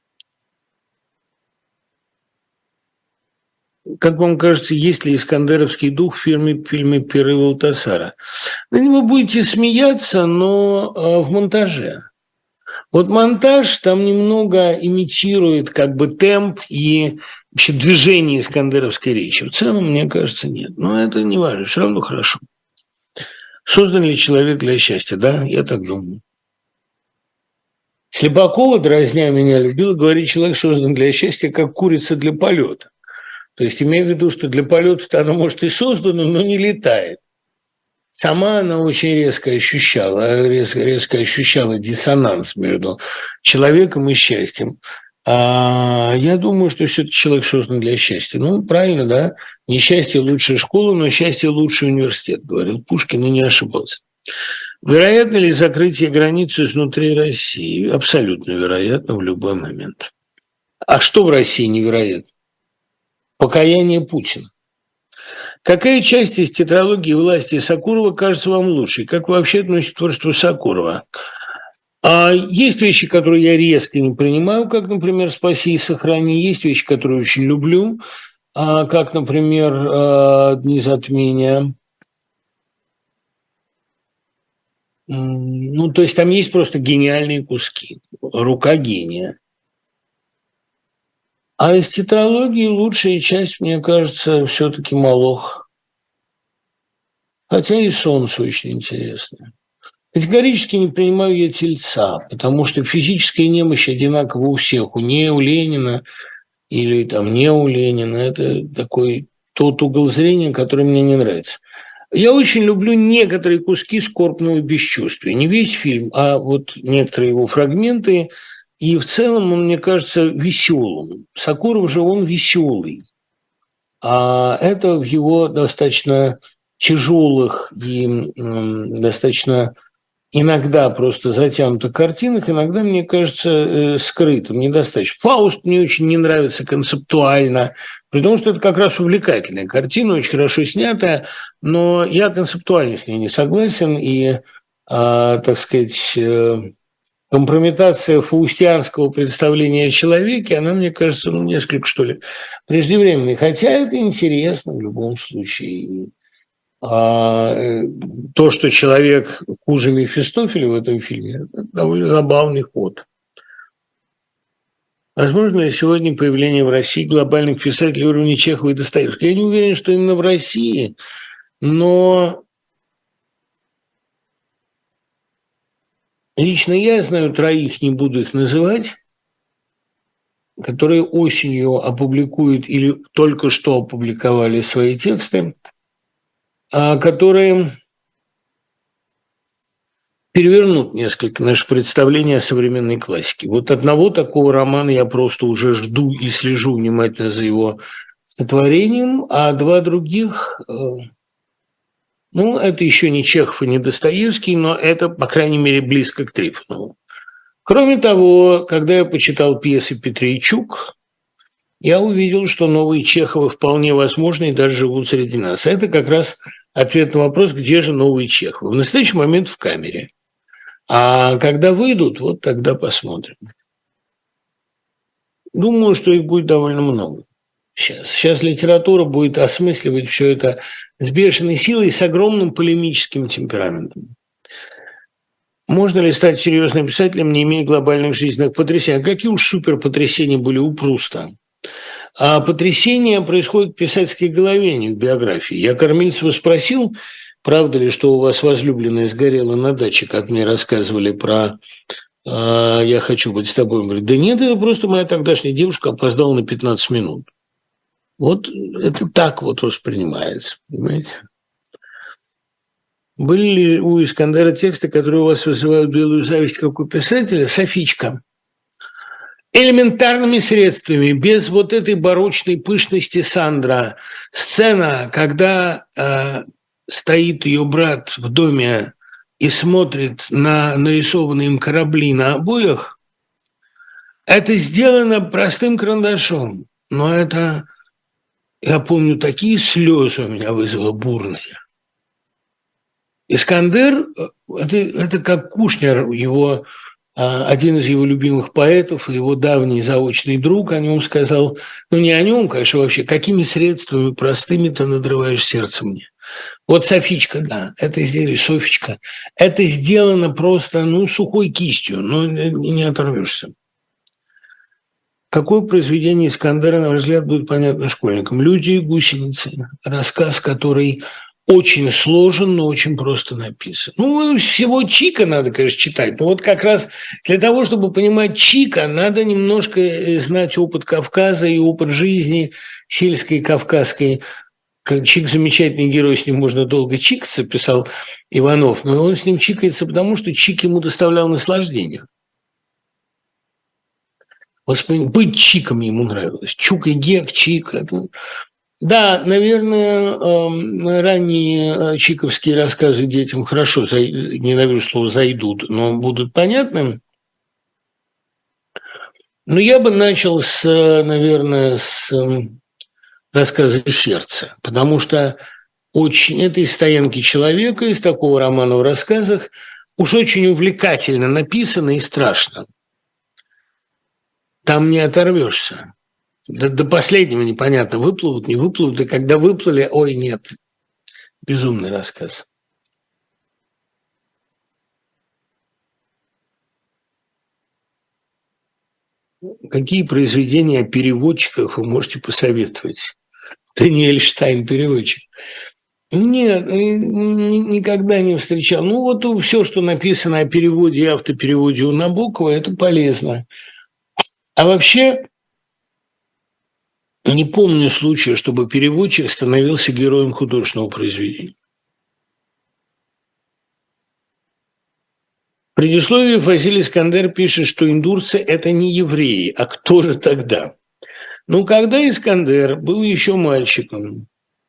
Как вам кажется, есть ли искандеровский дух в фильме, в фильме «Пиры Валтасара»? На него будете смеяться, но э, в монтаже. Вот монтаж там немного имитирует как бы темп и вообще движение искандеровской речи. В целом, мне кажется, нет. Но это не важно, все равно хорошо. Создан ли человек для счастья? Да, я так думаю. Слепакова, дразня меня, любила говорить, человек создан для счастья, как курица для полета. То есть, имея в виду, что для полета она, может, и создана, но не летает. Сама она очень резко ощущала, резко, резко ощущала диссонанс между человеком и счастьем. А я думаю, что все-таки человек создан для счастья. Ну, правильно, да? Несчастье – лучшая школа, но счастье – лучший университет, говорил Пушкин, и не ошибался. Вероятно ли закрытие границы изнутри России? Абсолютно вероятно в любой момент. А что в России невероятно? Покаяние Путина. Какая часть из тетралогии власти Сокурова кажется вам лучшей? Как вы вообще относитесь к творчеству Сокурова? А есть вещи, которые я резко не принимаю, как, например, «Спаси и сохрани». Есть вещи, которые очень люблю, как, например, «Дни затмения». Ну, то есть там есть просто гениальные куски. Рука гения. А из тетралогии лучшая часть, мне кажется, все-таки «Молох». Хотя и «Солнце» очень интересно. Категорически не принимаю я «Тельца», потому что физическая немощь одинакова у всех. У не у Ленина или там не у Ленина. Это такой тот угол зрения, который мне не нравится. Я очень люблю некоторые куски скорбного бесчувствия. Не весь фильм, а вот некоторые его фрагменты. И в целом он, мне кажется, веселым. Сокуров же он веселый. А это в его достаточно тяжелых и м, достаточно иногда просто затянутых картинах, иногда, мне кажется, э, скрытым, недостаточно. «Фауст» мне очень не нравится концептуально, потому что это как раз увлекательная картина, очень хорошо снятая, но я концептуально с ней не согласен, и так сказать, компрометация фаустианского представления о человеке, она, мне кажется, ну, несколько, что ли, преждевременной. Хотя это интересно в любом случае. А то, что человек хуже Мефистофеля в этом фильме, это довольно забавный ход. Возможно ли сегодня появление в России глобальных писателей уровня Чехова и Достоевского? Я не уверен, что именно в России, но лично я знаю троих, не буду их называть, которые осенью опубликуют или только что опубликовали свои тексты, которые перевернут несколько наше представление о современной классике. Вот одного такого романа я просто уже жду и слежу внимательно за его сотворением, а два других, ну, это еще не Чехов и не Достоевский, но это, по крайней мере, близко к Трифонову. Кроме того, когда я почитал пьесы Петрейчук, я увидел, что новые Чеховы вполне возможны и даже живут среди нас. Это как раз ответ на вопрос, где же новые Чеховы. В настоящий момент в камере. А когда выйдут, вот тогда посмотрим. Думаю, что их будет довольно много сейчас. Сейчас литература будет осмысливать все это с бешеной силой и с огромным полемическим темпераментом. Можно ли стать серьезным писателем, не имея глобальных жизненных потрясений? Какие уж суперпотрясения были у Пруста? А потрясения происходят в писательской голове, а не в биографии. Я Кормильцева спросил, правда ли, что у вас возлюбленная сгорела на даче, как мне рассказывали про э, «Я хочу быть с тобой». Он говорит, да нет, это просто моя тогдашняя девушка опоздала на пятнадцать минут. Вот это так вот воспринимается, понимаете? Были ли у Искандера тексты, которые у вас вызывают белую зависть, как у писателя? Софичка. Элементарными средствами, без вот этой барочной пышности Сандра. Сцена, когда э, стоит ее брат в доме и смотрит на нарисованные им корабли на обоях, это сделано простым карандашом. Но это, я помню, такие слезы у меня вызвало бурные. Искандер это, – это как Кушнер, его... один из его любимых поэтов, его давний заочный друг о нем сказал, ну не о нем, конечно, вообще, какими средствами простыми ты надрываешь сердце мне. Вот Софичка, да, это изделие, Софичка, это сделано просто, ну, сухой кистью, но не оторвешься. Какое произведение Искандера, на ваш взгляд, будет понятно школьникам? «Люди и гусеницы», рассказ, который... очень сложен, но очень просто написан. Ну, всего Чика надо, конечно, читать. Но вот как раз для того, чтобы понимать Чика, надо немножко знать опыт Кавказа и опыт жизни сельской кавказской. Чик – замечательный герой, с ним можно долго чикаться, писал Иванов. Но он с ним чикается, потому что Чик ему доставлял наслаждение. Быть Чиком ему нравилось. Чук и Гек, Чик – да, наверное, ранние чиковские рассказы детям хорошо, ненавижу слово «зайдут», но будут понятны. Но я бы начал с, наверное, с рассказа «Сердце», потому что очень это из «Стоянки человека», из такого романа в рассказах, уж очень увлекательно написано и страшно. Там не оторвешься. До, до последнего непонятно, выплывут, не выплывут, и когда выплыли, ой, нет, безумный рассказ. Какие произведения о переводчиках вы можете посоветовать? Даниэль Штайн, переводчик. Нет, никогда не встречал. Ну, вот все, что написано о переводе и автопереводе у Набокова, это полезно. А вообще... Не помню случая, чтобы переводчик становился героем художественного произведения. В предисловии Фазиль Искандер пишет, что индурцы – это не евреи, а кто же тогда? Ну, когда Искандер был еще мальчиком,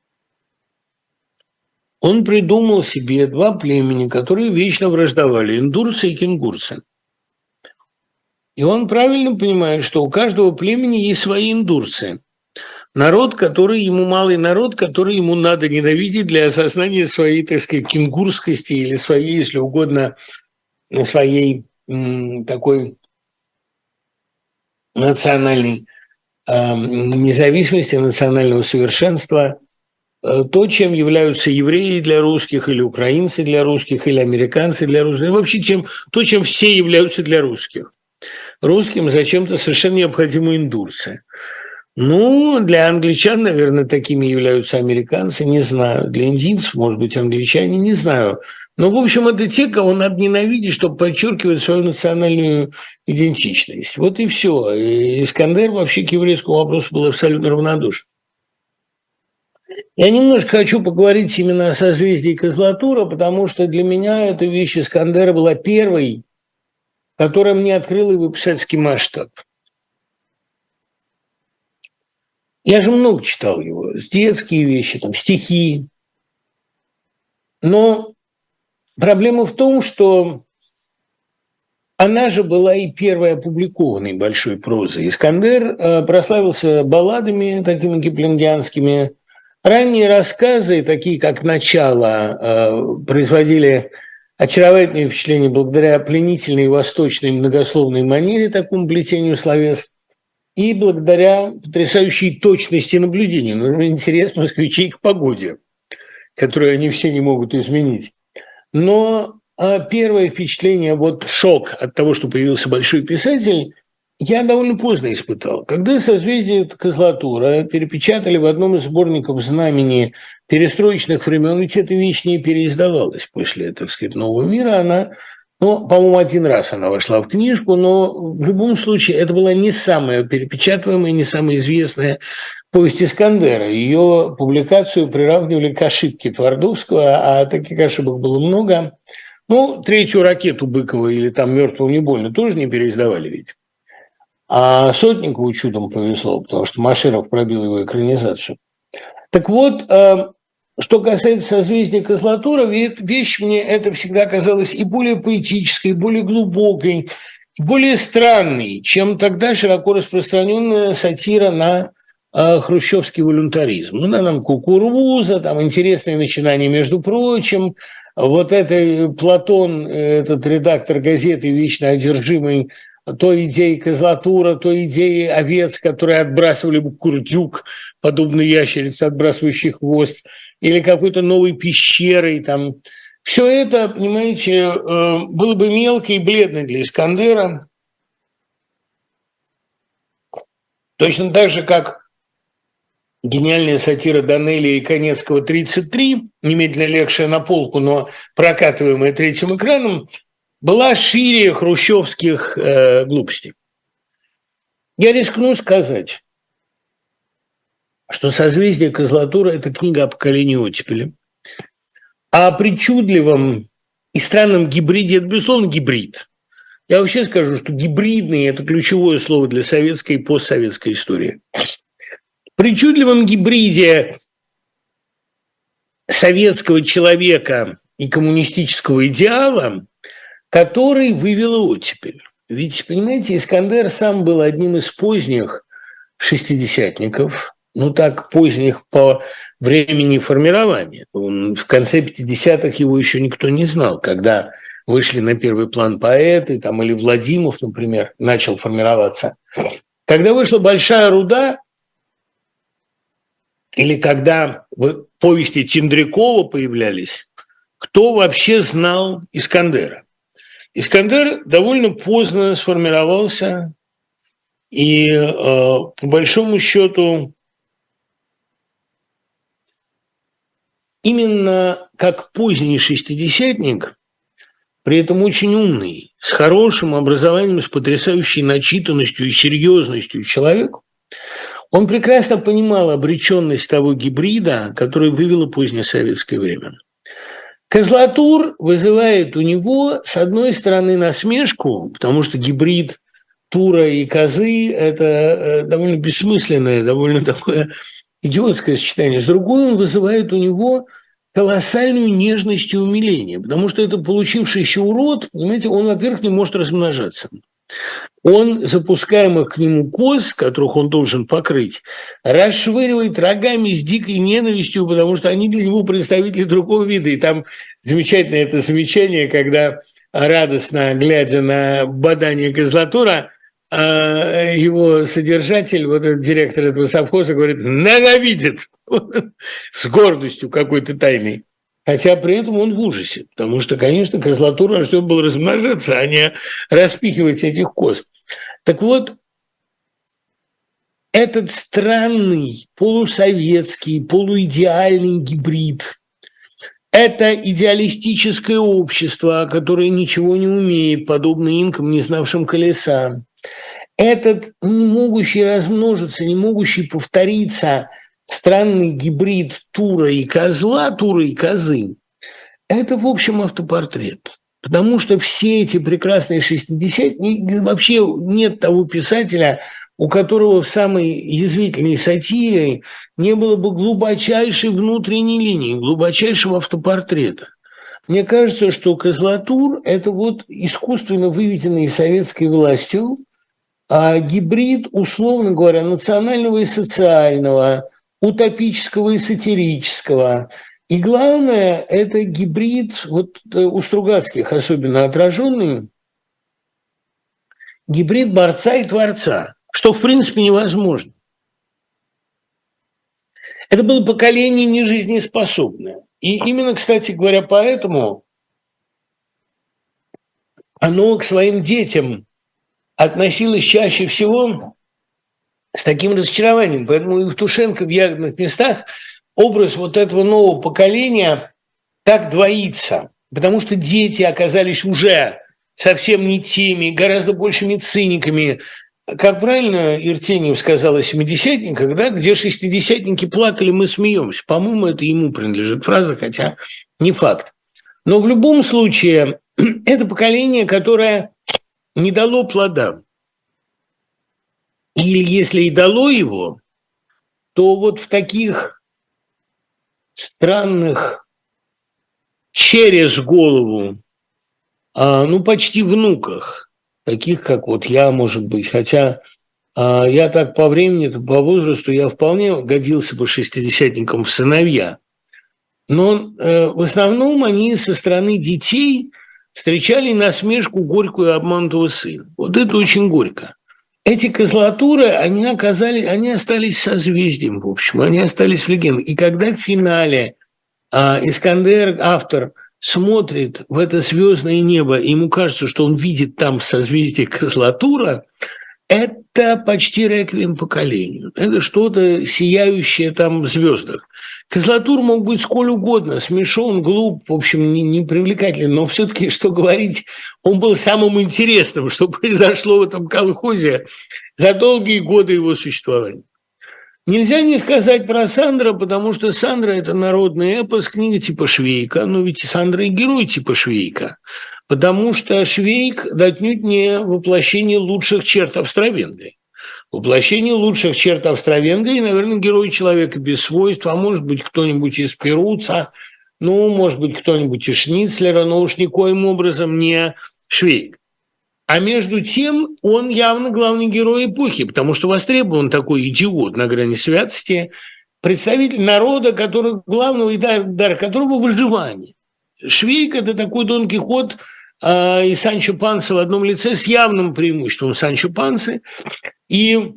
он придумал себе два племени, которые вечно враждовали – индурцы и кенгурцы. И он правильно понимает, что у каждого племени есть свои индурцы. Народ, который ему малый народ, который ему надо ненавидеть для осознания своей, так сказать, кенгурскости или своей, если угодно, своей м, такой национальной э, независимости, национального совершенства. Э, то, чем являются евреи для русских, или украинцы для русских, или американцы для русских. Вообще, чем, то, чем все являются для русских. Русским зачем-то совершенно необходимы индурцы. Ну, для англичан, наверное, такими являются американцы, не знаю. Для индийцев, может быть, англичане, не знаю. Но, в общем, это те, кого надо ненавидеть, чтобы подчеркивать свою национальную идентичность. Вот и все. И Искандер вообще к еврейскому вопросу был абсолютно равнодушен. Я немножко хочу поговорить именно о созвездии Козлатура, потому что для меня эта вещь Искандера была первой, которая мне открыла его писательский масштаб. Я же много читал его, детские вещи, там, стихи. Но проблема в том, что она же была и первой опубликованной большой прозой. Искандер э, прославился балладами такими киплингианскими. Ранние рассказы, такие как «Начало», э, производили очаровательное впечатление благодаря пленительной восточной многословной манере, такому плетению словес, и благодаря потрясающей точности наблюдения. Ну, интерес москвичей к погоде, которую они все не могут изменить. Но а первое впечатление, вот шок от того, что появился большой писатель, я довольно поздно испытал. Когда «Созвездие Козлатура» перепечатали в одном из сборников «Знамени» перестроечных времен, ведь эта вещь не переиздавалась после, так сказать, «Нового мира», она... Ну, по-моему, один раз она вошла в книжку, но в любом случае это была не самая перепечатываемая, не самая известная повесть Искандера. Ее публикацию приравнивали к ошибке Твардовского, а таких ошибок было много. Ну, «Третью ракету» Быкова или там «Мертвому не больно» тоже не переиздавали ведь. А Сотникову чудом повезло, потому что Машеров пробил его экранизацию. Так вот, что касается «Созвездия Козлатура», вещь мне это всегда казалась и более поэтической, и более глубокой, и более странной, чем тогда широко распространенная сатира на э, хрущевский волюнтаризм. Ну, на нам Кукуруза, там интересные начинания, между прочим. Вот это Платон, этот редактор газеты, вечно одержимый то идеей Козлатура, то идеей овец, которые отбрасывали бы курдюк, подобно ящерице, отбрасывающей хвост, или какой-то новой пещерой. Там. Все это, понимаете, было бы мелко и бледно для Искандера. Точно так же, как гениальная сатира Данелия и Конецкого «тридцать три», немедленно легшая на полку, но прокатываемая третьим экраном, была шире хрущевских э, глупостей. Я рискну сказать, что «Созвездие Козлатура» – это книга о поколении оттепели. А о причудливом и странном гибриде – это, безусловно, гибрид. Я вообще скажу, что гибридный – это ключевое слово для советской и постсоветской истории. В причудливом гибриде советского человека и коммунистического идеала, который вывела оттепель. Ведь, понимаете, Искандер сам был одним из поздних шестидесятников, ну так, поздних по времени формирования. Он, в конце пятидесятых его еще никто не знал, когда вышли на первый план поэты, там, или Владимиров, например, начал формироваться. Когда вышла «Большая руда», или когда в повести Тендрякова появлялись, кто вообще знал Искандера? Искандер довольно поздно сформировался, и э, по большому счету именно как поздний шестидесятник, при этом очень умный, с хорошим образованием, с потрясающей начитанностью и серьезностью человек, он прекрасно понимал обреченность того гибрида, который вывело позднее советское время. Козлатур вызывает у него, с одной стороны, насмешку, потому что гибрид тура и козы – это довольно бессмысленное, довольно такое идиотское сочетание. С другой, он вызывает у него колоссальную нежность и умиление, потому что это получившийся урод, понимаете, он, во-первых, не может размножаться. он запускаемых к нему коз, которых он должен покрыть, расшвыривает рогами с дикой ненавистью, потому что они для него представители другого вида. И там замечательное это замечание, когда, радостно глядя на бадание Козлатура, его содержатель, вот этот директор этого совхоза, говорит: ненавидит, с гордостью какой-то тайной. Хотя при этом он в ужасе, потому что, конечно, Козлатур рожден был размножаться, а не распихивать этих коз. Так вот, этот странный полусоветский, полуидеальный гибрид – это идеалистическое общество, которое ничего не умеет, подобно инкам, не знавшим колеса. Этот не могущий размножиться, не могущий повториться странный гибрид тура и козла, тура и козы – это, в общем, автопортрет. Потому что все эти прекрасные шестидесятые, вообще нет того писателя, у которого в самой язвительной сатире не было бы глубочайшей внутренней линии, глубочайшего автопортрета. Мне кажется, что Козлатур – это вот искусственно выведенный советской властью а гибрид, условно говоря, национального и социального, утопического и сатирического. И главное, это гибрид, вот у Стругацких особенно отраженный, гибрид борца и творца, что, в принципе, невозможно. Это было поколение нежизнеспособное. И именно, кстати говоря, поэтому оно к своим детям относилось чаще всего с таким разочарованием. Поэтому и Евтушенко в «Ягодных местах» образ вот этого нового поколения так двоится, потому что дети оказались уже совсем не теми, гораздо большими циниками. Как правильно Иртеньев сказал о семидесятниках, да, где шестидесятники плакали, мы смеемся. По-моему, это ему принадлежит фраза, хотя не факт. Но в любом случае, это поколение, которое не дало плода. Или если и дало его, то вот в таких странных, через голову, а, ну, почти внуках, таких, как вот я, может быть, хотя а, я так по времени, по возрасту, я вполне годился бы шестидесятникам в сыновья. Но э, в основном они со стороны детей встречали насмешку горькую обманутого сына. Вот это очень горько. Эти Козлатуры, они оказались, они остались созвездием, в общем, они остались в легенде. И когда в финале а, Искандер, автор, смотрит в это звездное небо, и ему кажется, что он видит там созвездие Козлатура, это почти реквием поколению. Это что-то сияющее там в звездах. Козлатур мог быть сколь угодно, смешон, глуп, в общем, непривлекательный, не но все-таки, что говорить, он был самым интересным, что произошло в этом колхозе за долгие годы его существования. Нельзя не сказать про Сандра, потому что Сандра – это народный эпос, книга типа Швейка, но ведь Сандра и герой типа Швейка, потому что Швейк отнюдь не воплощение лучших черт Австро-Венгрии. Воплощение лучших черт Австро-Венгрии, наверное, герой человека без свойств, а может быть, кто-нибудь из Перуца, ну, может быть, кто-нибудь из Шницлера, но уж никоим образом не Швейк. А между тем он явно главный герой эпохи, потому что востребован такой идиот на грани святости, представитель народа, который, главного дар, дар которого выживание. Швейк – это такой Дон Кихот э, и Санчо Панса в одном лице с явным преимуществом Санчо Пансы. И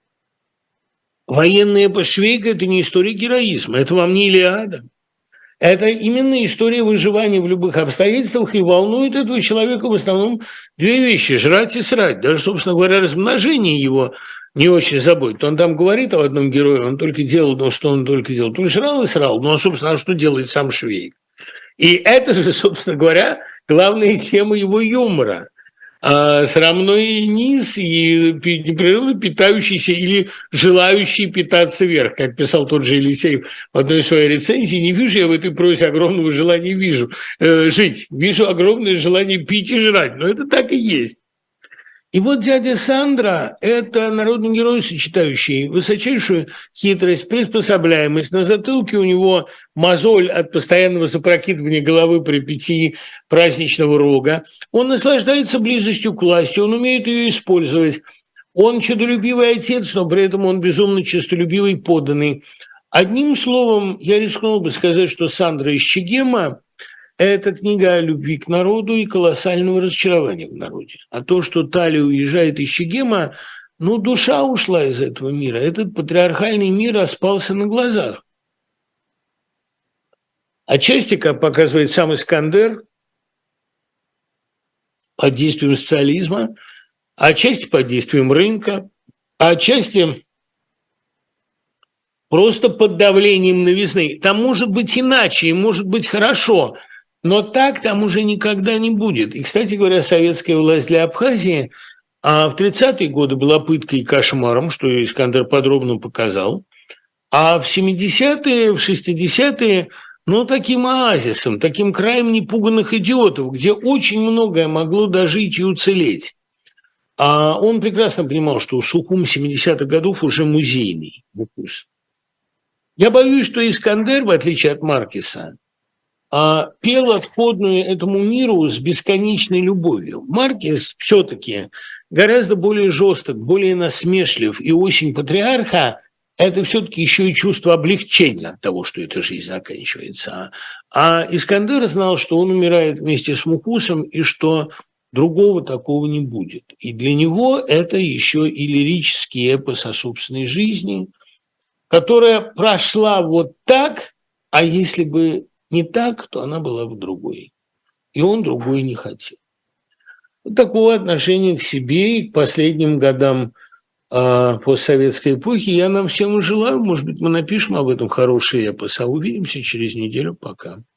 военный эпос Швейка – это не история героизма, это вам не Илиада. Это именно история выживания в любых обстоятельствах, и волнует этого человека в основном две вещи – жрать и срать. Даже, собственно говоря, размножение его не очень заботит. Он там говорит об одном герое, он только делал, но что он только делал? Только жрал и срал. Ну, а, собственно, а что делает сам Швейк? И это же, собственно говоря, главная тема его юмора. А срамной низ и непрерывно питающийся или желающий питаться вверх, как писал тот же Елисеев в одной своей рецензии. Не вижу я в этой прозе огромного желания вижу, э, жить. Вижу огромное желание пить и жрать. Но это так и есть. И вот дядя Сандро – это народный герой, сочетающий высочайшую хитрость, приспособляемость. На затылке у него мозоль от постоянного запрокидывания головы при пяти праздничного рога. Он наслаждается близостью к власти, он умеет ее использовать. Он честолюбивый отец, но при этом он безумно честолюбивый подданный. Одним словом, я рискнул бы сказать, что Сандро из Чегема – это книга о любви к народу и колоссального разочарования в народе. А то, что Талия уезжает из Чегема, ну, душа ушла из этого мира. Этот патриархальный мир распался на глазах. Отчасти, как показывает сам Искандер, под действием социализма, отчасти под действием рынка, а отчасти просто под давлением новизны. Там может быть иначе, и может быть хорошо, но так там уже никогда не будет. И, кстати говоря, советская власть для Абхазии а в тридцатые годы была пыткой и кошмаром, что Искандер подробно показал, а в семидесятые, в шестидесятые, ну, таким оазисом, таким краем непуганных идиотов, где очень многое могло дожить и уцелеть. А он прекрасно понимал, что Сухум семидесятых годов уже музейный вкус. Я боюсь, что Искандер, в отличие от Маркеса, пел отходную этому миру с бесконечной любовью. Маркес все-таки гораздо более жесток, более насмешлив, и «Осень патриарха» – это все-таки еще и чувство облегчения от того, что эта жизнь заканчивается. А Искандер знал, что он умирает вместе с Мукусом, и что другого такого не будет. И для него это еще и лирический эпос о собственной жизни, которая прошла вот так, а если бы не так, то она была бы другой. И он другой не хотел. Вот такого отношения к себе и к последним годам э, постсоветской эпохи я нам всем и желаю. Может быть, мы напишем об этом хороший эпос, а увидимся через неделю. Пока.